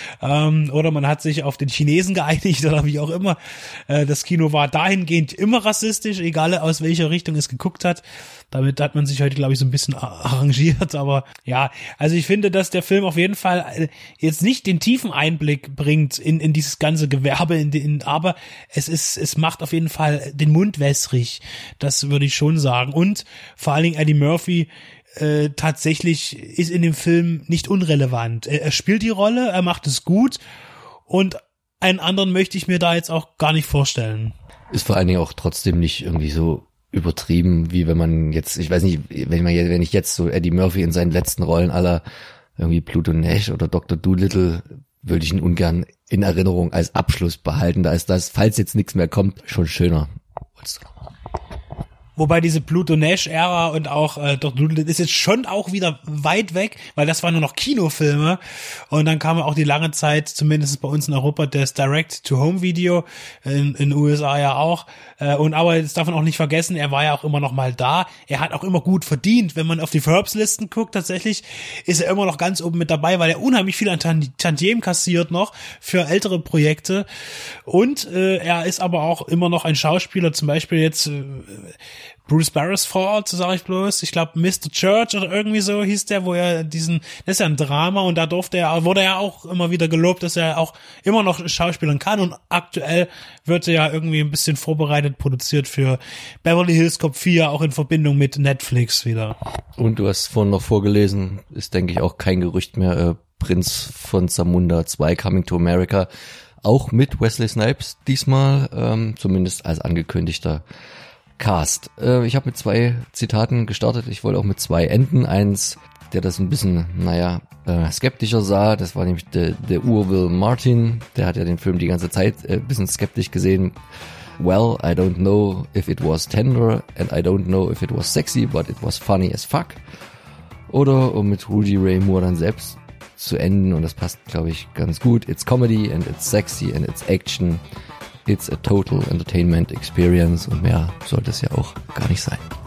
oder man hat sich auf den Chinesen geeinigt oder wie auch immer. Das Kino war dahingehend immer rassistisch, egal aus welcher Richtung es geguckt hat. Damit hat man sich heute, glaube ich, so ein bisschen arrangiert, aber ja, also ich finde, dass der Film auf jeden Fall jetzt nicht den tiefen Einblick bringt in dieses ganze Gewerbe, aber es macht auf jeden Fall den Mund wässrig, das würde ich schon sagen. Und vor allen Dingen Eddie Murphy tatsächlich ist in dem Film nicht unrelevant. Er spielt die Rolle, er macht es gut und einen anderen möchte ich mir da jetzt auch gar nicht vorstellen. Ist vor allen Dingen auch trotzdem nicht irgendwie so übertrieben, wie wenn man jetzt, ich weiß nicht, wenn ich jetzt so Eddie Murphy in seinen letzten Rollen aller irgendwie Pluto Nash oder Dr. Dolittle, würde ich ihn ungern in Erinnerung als Abschluss behalten. Da ist das, falls jetzt nichts mehr kommt, schon schöner. Wolltest du noch mal? Wobei diese Pluto-Nash-Ära und auch Dr. Dolittle ist jetzt schon auch wieder weit weg, weil das waren nur noch Kinofilme und dann kam auch die lange Zeit, zumindest bei uns in Europa, das Direct-to-Home-Video, in den USA ja auch. Aber jetzt darf man auch nicht vergessen, er war ja auch immer noch mal da. Er hat auch immer gut verdient. Wenn man auf die Forbes-Listen guckt, tatsächlich ist er immer noch ganz oben mit dabei, weil er unheimlich viel an Tantiemen kassiert noch für ältere Projekte. Und er ist aber auch immer noch ein Schauspieler, zum Beispiel jetzt Bruce Beresford, sage ich bloß, ich glaube Mr. Church oder irgendwie so hieß der, wo er das ist ja ein Drama und da wurde er ja auch immer wieder gelobt, dass er auch immer noch schauspielern kann und aktuell wird er ja irgendwie ein bisschen vorbereitet, produziert für Beverly Hills Cop 4, auch in Verbindung mit Netflix wieder. Und du hast vorhin noch vorgelesen, ist denke ich auch kein Gerücht mehr, Prinz von Zamunda 2 Coming to America, auch mit Wesley Snipes diesmal, zumindest als angekündigter Cast. Ich habe mit 2 Zitaten gestartet. Ich wollte auch mit 2 enden. Eins, der das ein bisschen, skeptischer sah. Das war nämlich der Urville Martin. Der hat ja den Film die ganze Zeit ein bisschen skeptisch gesehen. Well, I don't know if it was tender and I don't know if it was sexy, but it was funny as fuck. Oder um mit Rudy Ray Moore dann selbst zu enden. Und das passt, glaube ich, ganz gut. It's comedy and it's sexy and it's action. It's a total entertainment experience und mehr sollte es ja auch gar nicht sein.